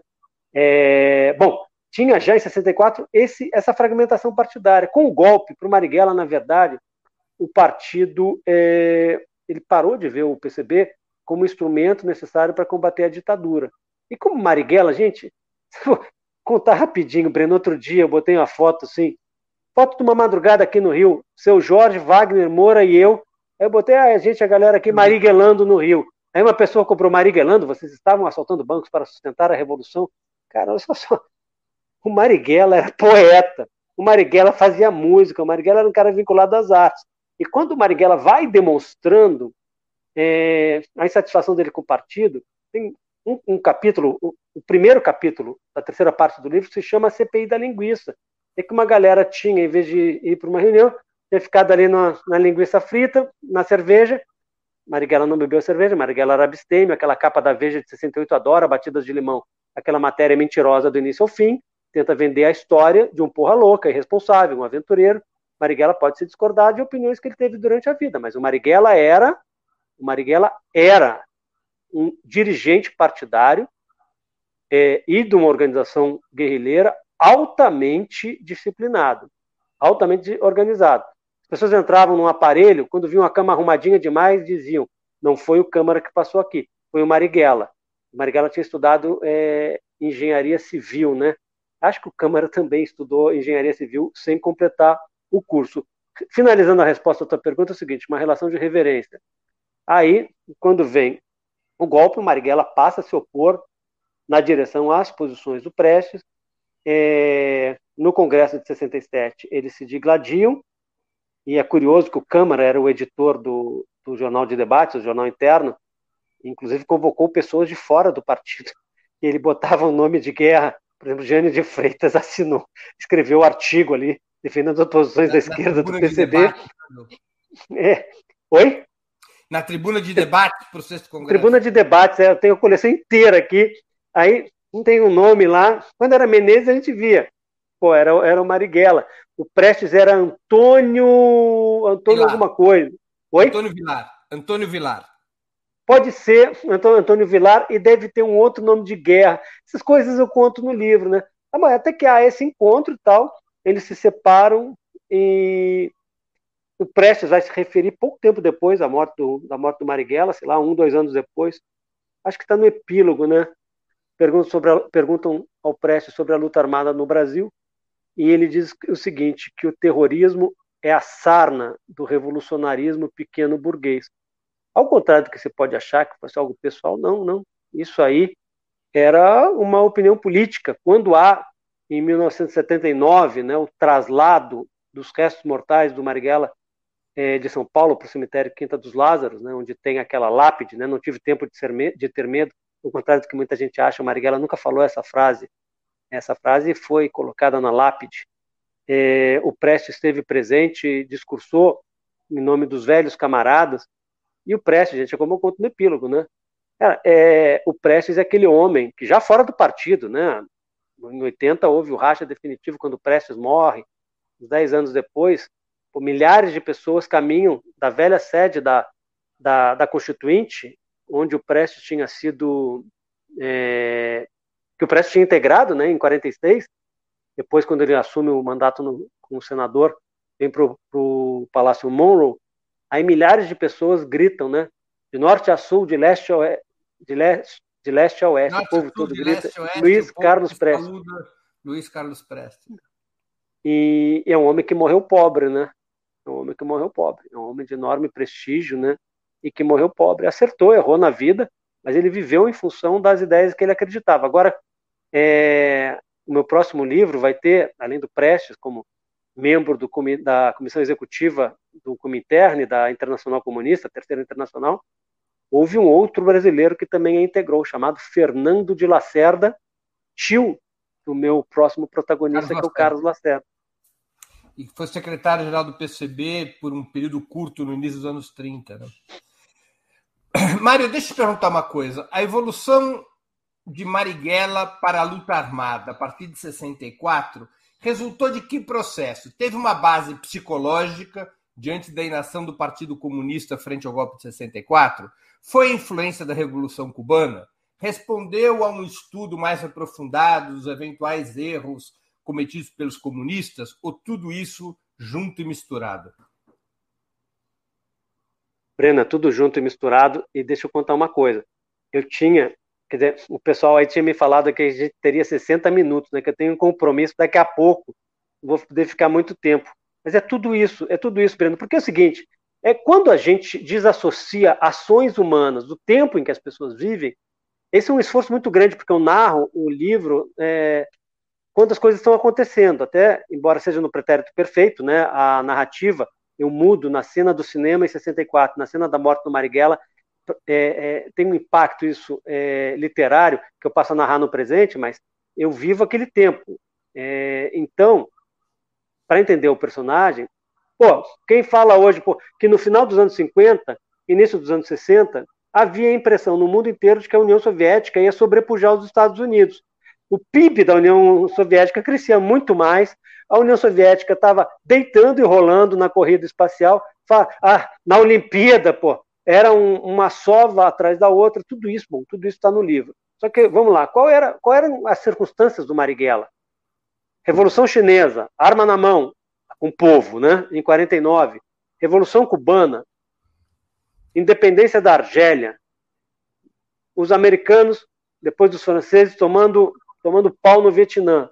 É, bom, tinha já em sessenta e quatro esse, essa fragmentação partidária. Com o golpe, para o Marighella, na verdade, o partido é, ele parou de ver o P C B como instrumento necessário para combater a ditadura. E como Marighella, gente, vou contar rapidinho, Breno, outro dia eu botei uma foto assim, foto de uma madrugada aqui no Rio, seu Jorge, Wagner, Moura e eu, eu botei a gente, a galera aqui, mariguelando no Rio. Aí uma pessoa comprou mariguelando, vocês estavam assaltando bancos para sustentar a revolução. Cara, olha só, o Marighella era poeta, o Marighella fazia música, o Marighella era um cara vinculado às artes. E quando o Marighella vai demonstrando é, a insatisfação dele com o partido, tem um, um capítulo, o, o primeiro capítulo da terceira parte do livro se chama C P I da Linguiça. É que uma galera tinha, em vez de ir para uma reunião, tinha ficado ali na, na linguiça frita, na cerveja. Marighella não bebeu cerveja, Marighella era abstêmio, aquela capa da Veja de sessenta e oito adora, batidas de limão, aquela matéria mentirosa do início ao fim, tenta vender a história de um porra louca, irresponsável, um aventureiro. Marighella pode se discordar de opiniões que ele teve durante a vida, mas o Marighella era, o Marighella era um dirigente partidário é, e de uma organização guerrilheira altamente disciplinado, altamente organizado. As pessoas entravam num aparelho, quando viam a cama arrumadinha demais, diziam, não foi o Câmara que passou aqui, foi o Marighella. O Marighella tinha estudado é, engenharia civil, né? Acho que o Câmara também estudou engenharia civil sem completar o curso. Finalizando a resposta à tua pergunta, é o seguinte, uma relação de reverência. Aí, quando vem o golpe, o Marighella passa a se opor na direção às posições do Prestes. É, no Congresso de sessenta e sete, eles se digladiam, e é curioso que o Câmara era o editor do, do Jornal de Debates, o jornal interno, inclusive convocou pessoas de fora do partido, e ele botava o nome de guerra. Por exemplo, Jânio de Freitas assinou, escreveu o artigo ali, defendendo as posições da, da esquerda do P C B. De é, Oi? Na tribuna de debate para o sexto congresso. Tribuna de debates, é, eu tenho a coleção inteira aqui. Aí não tem um nome lá. Quando era Menezes, a gente via. Pô, era, era o Marighella. O Prestes era Antônio. Antônio Vilar. alguma coisa. Oi? Antônio Vilar. Antônio Vilar. Pode ser Antônio, Antônio Vilar e deve ter um outro nome de guerra. Essas coisas eu conto no livro, né? Até que há esse encontro e tal, eles se separam e o Prestes vai se referir pouco tempo depois da morte do, da morte do Marighella, sei lá, um, dois anos depois. Acho que está no epílogo, né? Perguntam, sobre a, perguntam ao Prestes sobre a luta armada no Brasil e ele diz o seguinte, que o terrorismo é a sarna do revolucionarismo pequeno burguês. Ao contrário do que você pode achar, que fosse algo pessoal, não, não. Isso aí era uma opinião política. Quando há, em mil novecentos e setenta e nove, né, o traslado dos restos mortais do Marighella é, de São Paulo para o cemitério Quinta dos Lázaros, né, onde tem aquela lápide, né, não tive tempo de, ser me- de ter medo, ao contrário do que muita gente acha, o Marighella nunca falou essa frase. Essa frase foi colocada na lápide. É, o Prestes esteve presente, discursou em nome dos velhos camaradas, e o Prestes, gente, é como eu conto no epílogo, né? É, é, o Prestes é aquele homem que já fora do partido, né? Em oitenta houve o racha definitivo quando o Prestes morre. Uns dez anos depois, pô, milhares de pessoas caminham da velha sede da, da, da Constituinte, onde o Prestes tinha sido... É, que o Prestes tinha integrado, né, em quarenta e seis. Depois, quando ele assume o mandato no, como senador, vem para o Palácio Monroe. Aí milhares de pessoas gritam, né? De norte a sul, de leste a oeste, de leste, de leste a oeste, Norte, o povo sul, todo de grita, leste a oeste, Luiz o povo Carlos que Prestes. saúda Luiz Carlos Prestes. E, e é um homem que morreu pobre, né? É um homem que morreu pobre. É um homem de enorme prestígio, né? E que morreu pobre. Acertou, errou na vida, mas ele viveu em função das ideias que ele acreditava. Agora, é, o meu próximo livro vai ter, além do Prestes, como membro do, da Comissão Executiva do Comintern, da Internacional Comunista, Terceira Internacional, houve um outro brasileiro que também a integrou, chamado Fernando de Lacerda, tio do meu próximo protagonista, Carlos que é o Carlos Lacerda. E foi secretário-geral do P C B por um período curto no início dos anos trinta. Né? Mário, deixa eu te perguntar uma coisa. A evolução de Marighella para a luta armada, a partir de sessenta e quatro, resultou de que processo? Teve uma base psicológica diante da inação do Partido Comunista frente ao golpe de sessenta e quatro? Foi a influência da Revolução Cubana? Respondeu a um estudo mais aprofundado dos eventuais erros cometidos pelos comunistas? Ou tudo isso junto e misturado? Brena, tudo junto e misturado. E deixa eu contar uma coisa. Eu tinha... Quer dizer, o pessoal aí tinha me falado que a gente teria sessenta minutos, né? Que eu tenho um compromisso daqui a pouco. Vou poder ficar muito tempo. Mas é tudo isso, é tudo isso, Breno. Porque é o seguinte, é quando a gente desassocia ações humanas do tempo em que as pessoas vivem, esse é um esforço muito grande, porque eu narro o livro é, quando as coisas estão acontecendo. Até, embora seja no pretérito perfeito, né? A narrativa, eu mudo na cena do cinema em sessenta e quatro, na cena da morte do Marighella, É, é, tem um impacto isso é, literário que eu passo a narrar no presente, mas eu vivo aquele tempo. É, então, para entender o personagem, pô, quem fala hoje pô, que no final dos anos cinquenta, início dos anos sessenta, havia a impressão no mundo inteiro de que a União Soviética ia sobrepujar os Estados Unidos. O P I B da União Soviética crescia muito mais, a União Soviética estava deitando e rolando na corrida espacial, ah, na Olimpíada, pô, era um, uma sova atrás da outra, tudo isso, bom, tudo isso está no livro. Só que, vamos lá, qual, era, qual eram as circunstâncias do Marighella? Revolução Chinesa, arma na mão, com o povo, né, em quarenta e nove. Revolução Cubana, independência da Argélia. Os americanos, depois dos franceses, tomando, tomando pau no Vietnã.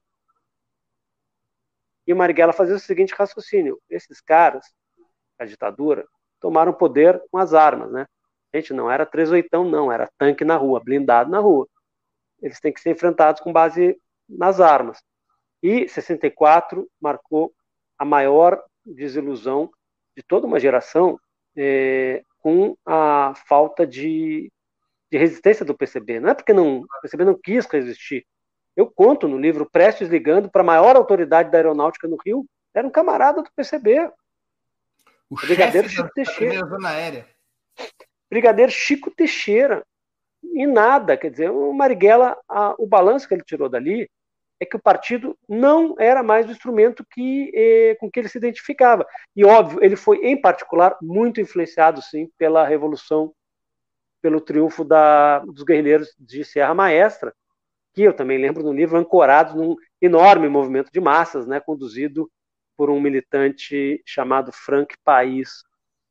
E o Marighella fazia o seguinte raciocínio, esses caras, a ditadura, tomaram poder com as armas, né? Gente, não era três oitão, não, era tanque na rua, blindado na rua. Eles têm que ser enfrentados com base nas armas. E sessenta e quatro marcou a maior desilusão de toda uma geração é, com a falta de, de resistência do P C B. Não é porque não, o P C B não quis resistir. Eu conto no livro, Prestes ligando para a maior autoridade da aeronáutica no Rio, era um camarada do P C B. O Brigadeiro chefe Chico da, da Teixeira. primeira zona aérea. Brigadeiro Chico Teixeira. E nada, quer dizer, o Marighella, a, o balanço que ele tirou dali é que o partido não era mais o instrumento que, eh, com que ele se identificava. E, óbvio, ele foi, em particular, muito influenciado, sim, pela Revolução, pelo triunfo da, dos guerrilheiros de Serra Maestra, que eu também lembro no livro, ancorados num enorme movimento de massas, né, conduzido por um militante chamado Frank País.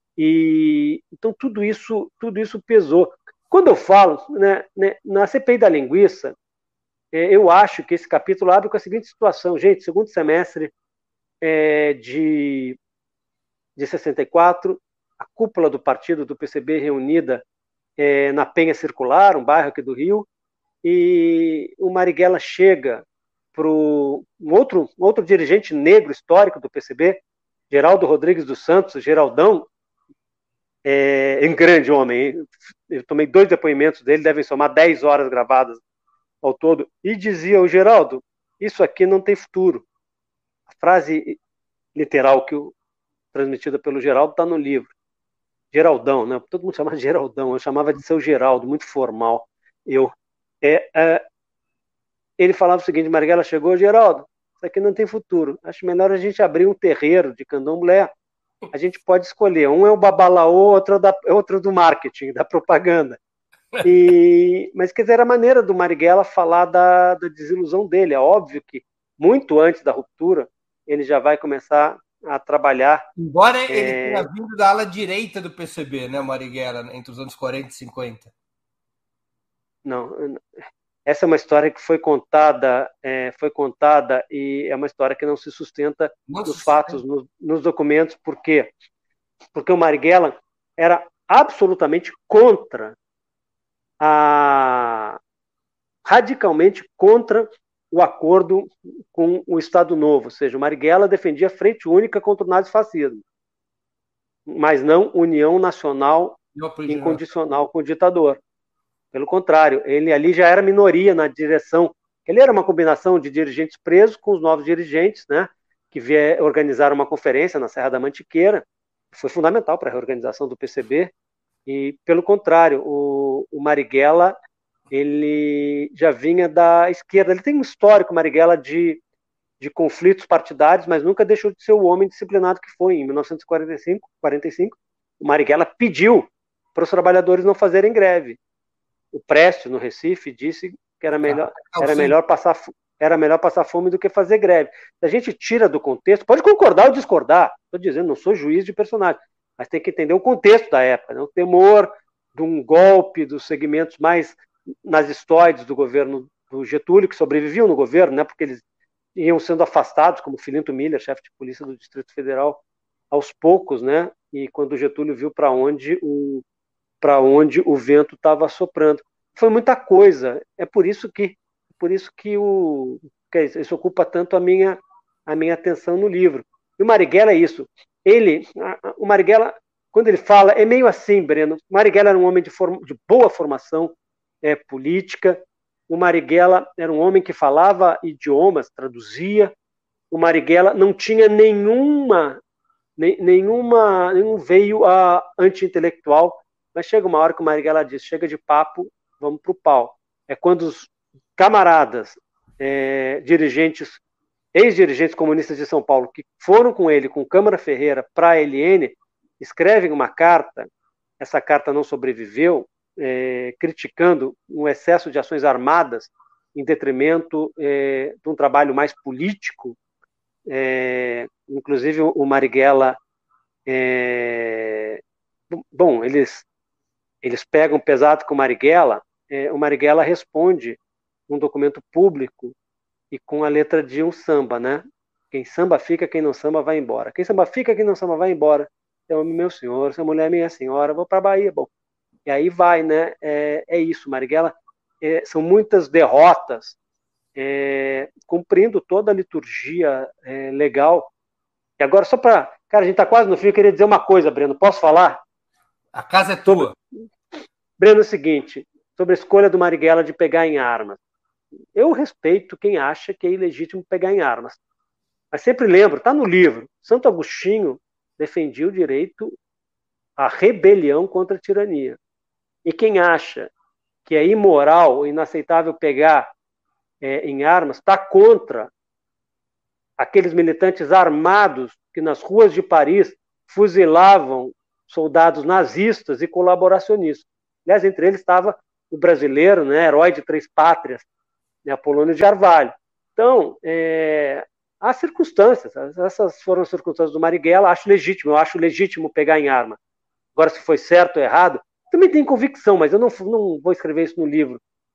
E, então, tudo isso, tudo isso pesou. Quando eu falo, né, né, na C P I da linguiça, eu acho que esse capítulo abre com a seguinte situação. Gente, segundo semestre é, de, de sessenta e quatro, a cúpula do partido do P C B reunida é, na Penha Circular, um bairro aqui do Rio, e o Marighella chega para um outro, um outro dirigente negro histórico do P C B, Geraldo Rodrigues dos Santos, Geraldão, é, um grande homem. Eu tomei dois depoimentos dele, devem somar dez horas gravadas ao todo, e dizia o Geraldo, isso aqui não tem futuro. A frase literal que o, transmitida pelo Geraldo está no livro. Geraldão, né? Todo mundo chama de Geraldão, eu chamava de seu Geraldo, muito formal. Eu, é, é, ele falava o seguinte, Marighella chegou, Geraldo, isso aqui não tem futuro, acho melhor a gente abrir um terreiro de candomblé, a gente pode escolher, um é o babalaô, outro é, da, outro do marketing, da propaganda. E, mas, quer dizer, era a maneira do Marighella falar da, da desilusão dele. É óbvio que, muito antes da ruptura, ele já vai começar a trabalhar... Embora ele é... tenha vindo da ala direita do P C B, né, o Marighella, entre os anos quarenta e cinquenta. Não, essa é uma história que foi contada, é, foi contada e é uma história que não se sustenta não nos se fatos, sustenta. Nos, nos documentos. Por quê? Porque o Marighella era absolutamente contra A, radicalmente contra o acordo com o Estado Novo, ou seja, o Marighella defendia frente única contra o nazifascismo, mas não união nacional incondicional com o ditador. Pelo contrário, ele ali já era minoria na direção, ele era uma combinação de dirigentes presos com os novos dirigentes, né, que vier organizar uma conferência na Serra da Mantiqueira, que foi fundamental para a reorganização do P C B. E, pelo contrário, o, o Marighella, ele já vinha da esquerda. Ele tem um histórico, Marighella, de, de conflitos partidários, mas nunca deixou de ser o homem disciplinado que foi. Em mil novecentos e quarenta e cinco, quarenta e cinco o Marighella pediu para os trabalhadores não fazerem greve. O Prestes, no Recife, disse que era melhor, era melhor, passar, era melhor passar fome do que fazer greve. Se a gente tira do contexto, pode concordar ou discordar, estou dizendo, não sou juiz de personagem, mas tem que entender o contexto da época, né? O temor de um golpe dos segmentos mais nazistóides do governo do Getúlio, que sobreviviam no governo, né? Porque eles iam sendo afastados, como Filinto Miller, chefe de polícia do Distrito Federal, aos poucos, né? E quando o Getúlio viu para onde o para onde o vento estava soprando, foi muita coisa. É por isso que por isso que o que isso ocupa tanto a minha a minha atenção no livro. E o Marighella é isso. Ele, o Marighella, quando ele fala, é meio assim, Breno. O Marighella era um homem de, form, de boa formação é, política. O Marighella era um homem que falava idiomas, traduzia. O Marighella não tinha nenhuma, nenhuma, nenhum veio a anti-intelectual. Mas chega uma hora que o Marighella diz, chega de papo, vamos pro pau. É quando os camaradas, é, dirigentes, ex-dirigentes comunistas de São Paulo, que foram com ele, com Câmara Ferreira, para a L N, escrevem uma carta, essa carta não sobreviveu, é, criticando um excesso de ações armadas em detrimento é, de um trabalho mais político. É, inclusive o Marighella, é, bom, eles, eles pegam pesado com o Marighella, é, o Marighella responde um documento público e com a letra de um samba, né? Quem samba fica, quem não samba vai embora. Quem samba fica, quem não samba vai embora. Então, meu senhor, sua mulher, minha senhora, vou para a Bahia, bom. E aí vai, né? É, é isso, Marighella. É, são muitas derrotas, é, cumprindo toda a liturgia é, legal. E agora, só para... Cara, a gente está quase no fim, eu queria dizer uma coisa, Breno. Posso falar? A casa é tua. Breno, é o seguinte, sobre a escolha do Marighella de pegar em armas. Eu respeito quem acha que é ilegítimo pegar em armas. Mas sempre lembro, está no livro, Santo Agostinho defendia o direito à rebelião contra a tirania. E quem acha que é imoral ou inaceitável pegar é, em armas está contra aqueles militantes armados que nas ruas de Paris fuzilavam soldados nazistas e colaboracionistas. Aliás, entre eles estava o brasileiro, né, herói de três pátrias, né, Apolônio de Carvalho. Então, é, há circunstâncias, essas foram as circunstâncias do Marighella, acho legítimo, eu acho legítimo pegar em arma. Agora, se foi certo ou errado, também tenho convicção, mas eu não, não vou escrever isso no livro.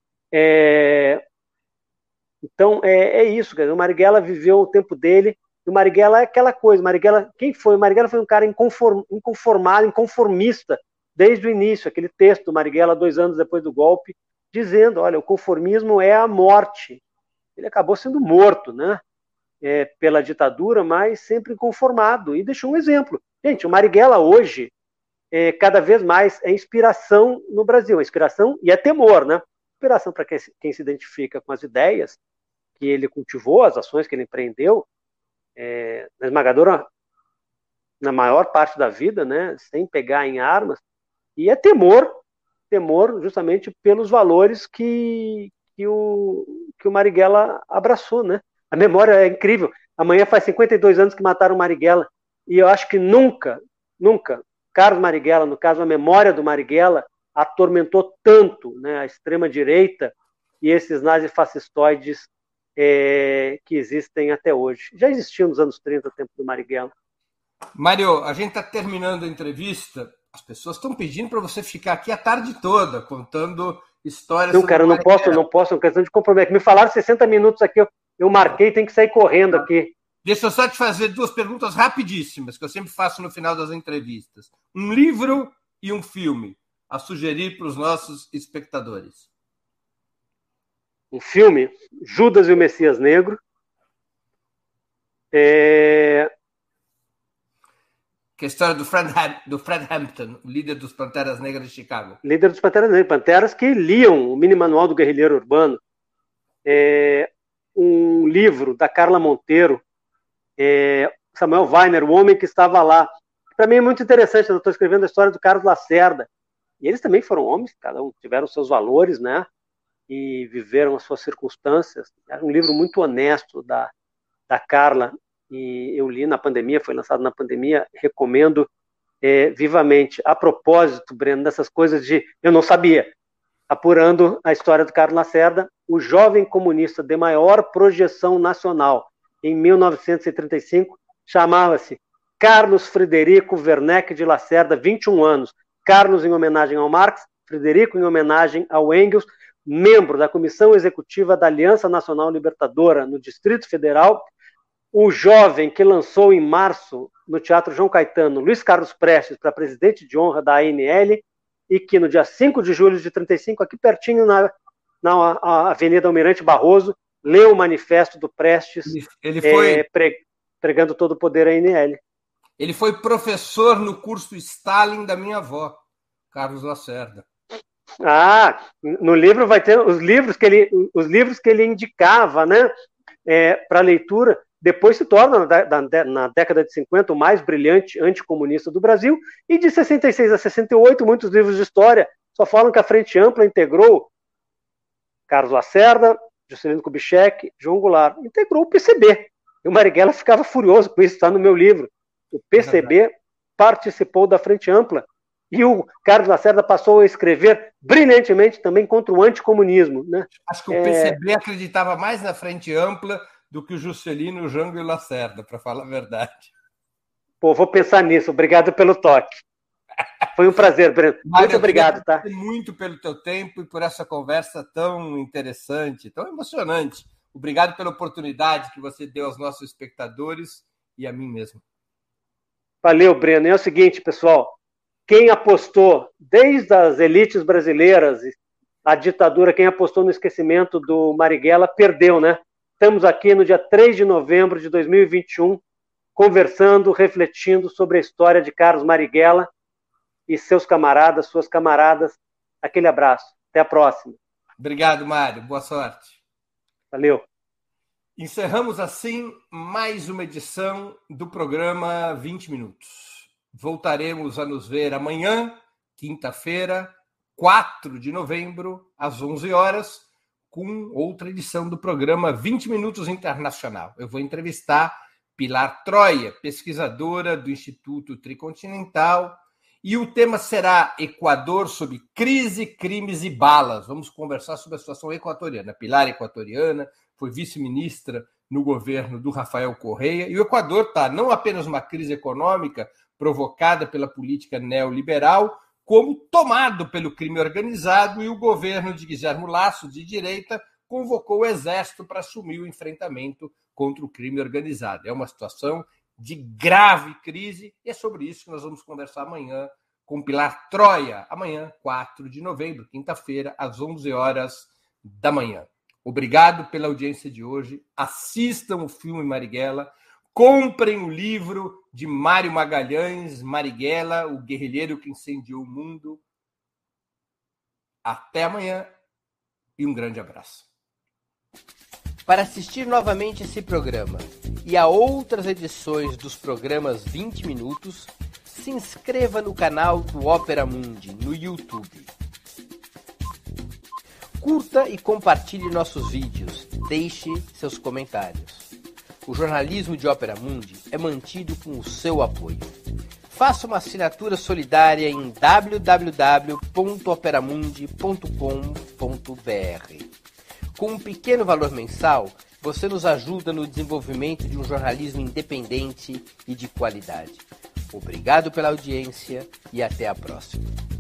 É, então, é, é isso, quer dizer, o Marighella viveu o tempo dele, e o Marighella é aquela coisa, Marighella, quem foi? O Marighella foi um cara inconform, inconformado, inconformista, desde o início, aquele texto do Marighella, dois anos depois do golpe, dizendo, olha, o conformismo é a morte. Ele acabou sendo morto, né, é, pela ditadura, mas sempre inconformado, e deixou um exemplo. Gente, o Marighella hoje, é, cada vez mais, é inspiração no Brasil, é inspiração e é temor, né? Inspiração para quem, quem se identifica com as ideias que ele cultivou, as ações que ele empreendeu, é, na esmagadora, na maior parte da vida, né, sem pegar em armas, e é temor, temor justamente pelos valores que, que, o, que o Marighella abraçou, né? A memória é incrível. Amanhã faz cinquenta e dois anos que mataram o Marighella, e eu acho que nunca, nunca, Carlos Marighella, no caso, a memória do Marighella, atormentou tanto, né, a extrema-direita e esses nazifascistoides é, que existem até hoje. Já existiam nos anos trinta, o tempo do Marighella. Mário, a gente está terminando a entrevista. As pessoas estão pedindo para você ficar aqui a tarde toda, contando histórias. Não, cara, eu não posso, não posso, é uma questão de comprometimento. Me falaram sessenta minutos aqui, eu, eu marquei, tem que sair correndo aqui. Deixa eu só te fazer duas perguntas rapidíssimas, que eu sempre faço no final das entrevistas. Um livro e um filme a sugerir para os nossos espectadores. Um filme, Judas e o Messias Negro. É... Que é a história do Fred, Ham- do Fred Hampton, o líder dos Panteras Negras de Chicago. Líder dos Panteras Negras, Panteras que liam o Mini Manual do Guerrilheiro Urbano. É... Um livro da Carla Monteiro, é... Samuel Weiner, o homem que estava lá. Para mim é muito interessante, eu estou escrevendo a história do Carlos Lacerda. E eles também foram homens, cada um tiveram seus valores, né? E viveram as suas circunstâncias. Era um livro muito honesto da, da Carla, e eu li na pandemia, foi lançado na pandemia, recomendo é, vivamente. A propósito, Breno, dessas coisas de eu não sabia, apurando a história do Carlos Lacerda, o jovem comunista de maior projeção nacional, em mil novecentos e trinta e cinco, chamava-se Carlos Frederico Werneck de Lacerda, vinte e um anos. Carlos em homenagem ao Marx, Frederico em homenagem ao Engels, membro da Comissão Executiva da Aliança Nacional Libertadora no Distrito Federal, o jovem que lançou em março no Teatro João Caetano Luiz Carlos Prestes para presidente de honra da A N L e que no dia cinco de julho de trinta e cinco, aqui pertinho na, na Avenida Almirante Barroso, leu o manifesto do Prestes, ele foi... é, pre, pregando todo o poder à A N L. Ele foi professor no curso Stalin da minha avó, Carlos Lacerda. Ah, no livro vai ter os livros que ele, os livros que ele indicava, né, é, para leitura. Depois se torna, na, na década de cinquenta, o mais brilhante anticomunista do Brasil. E de sessenta e seis a sessenta e oito, muitos livros de história só falam que a Frente Ampla integrou Carlos Lacerda, Juscelino Kubitschek, João Goulart. Integrou o P C B. E o Marighella ficava furioso com isso, está no meu livro. O P C B participou da Frente Ampla e o Carlos Lacerda passou a escrever brilhantemente também contra o anticomunismo, né? Acho que o P C B é... acreditava mais na Frente Ampla do que o Juscelino, o Jango e o Lacerda, para falar a verdade. Pô, vou pensar nisso. Obrigado pelo toque. Foi um prazer, Breno. Mário, muito obrigado, tá? Muito pelo teu tempo e por essa conversa tão interessante, tão emocionante. Obrigado pela oportunidade que você deu aos nossos espectadores e a mim mesmo. Valeu, Breno. E é o seguinte, pessoal, quem apostou, desde as elites brasileiras, a ditadura, quem apostou no esquecimento do Marighella, perdeu, né? Estamos aqui no dia três de novembro de dois mil e vinte e um, conversando, refletindo sobre a história de Carlos Marighella e seus camaradas, suas camaradas. Aquele abraço. Até a próxima. Obrigado, Mário. Boa sorte. Valeu. Encerramos assim mais uma edição do programa vinte minutos. voltaremos a nos ver amanhã, quinta-feira, quatro de novembro, às onze horas, com outra edição do programa vinte Minutos Internacional. Eu vou entrevistar Pilar Troia, pesquisadora do Instituto Tricontinental, e o tema será Equador sob crise, crimes e balas. Vamos conversar sobre a situação equatoriana. Pilar é equatoriana, foi vice-ministra no governo do Rafael Correa, e o Equador está não apenas numa crise econômica provocada pela política neoliberal, como tomado pelo crime organizado, e o governo de Guillermo Lasso, de direita, convocou o exército para assumir o enfrentamento contra o crime organizado. É uma situação de grave crise, e é sobre isso que nós vamos conversar amanhã com Pilar Troia, amanhã, quatro de novembro, quinta-feira, às onze horas da manhã. Obrigado pela audiência de hoje, assistam o filme Marighella, comprem o livro de Mário Magalhães, Marighella, o guerrilheiro que incendiou o mundo. Até amanhã e um grande abraço. Para assistir novamente esse programa e a outras edições dos programas vinte Minutos, se inscreva no canal do Ópera Mundi no YouTube. Curta e compartilhe nossos vídeos, deixe seus comentários. O jornalismo de Ópera Mundi é mantido com o seu apoio. Faça uma assinatura solidária em w w w ponto operamundi ponto com ponto b r. Com um pequeno valor mensal, você nos ajuda no desenvolvimento de um jornalismo independente e de qualidade. Obrigado pela audiência e até a próxima.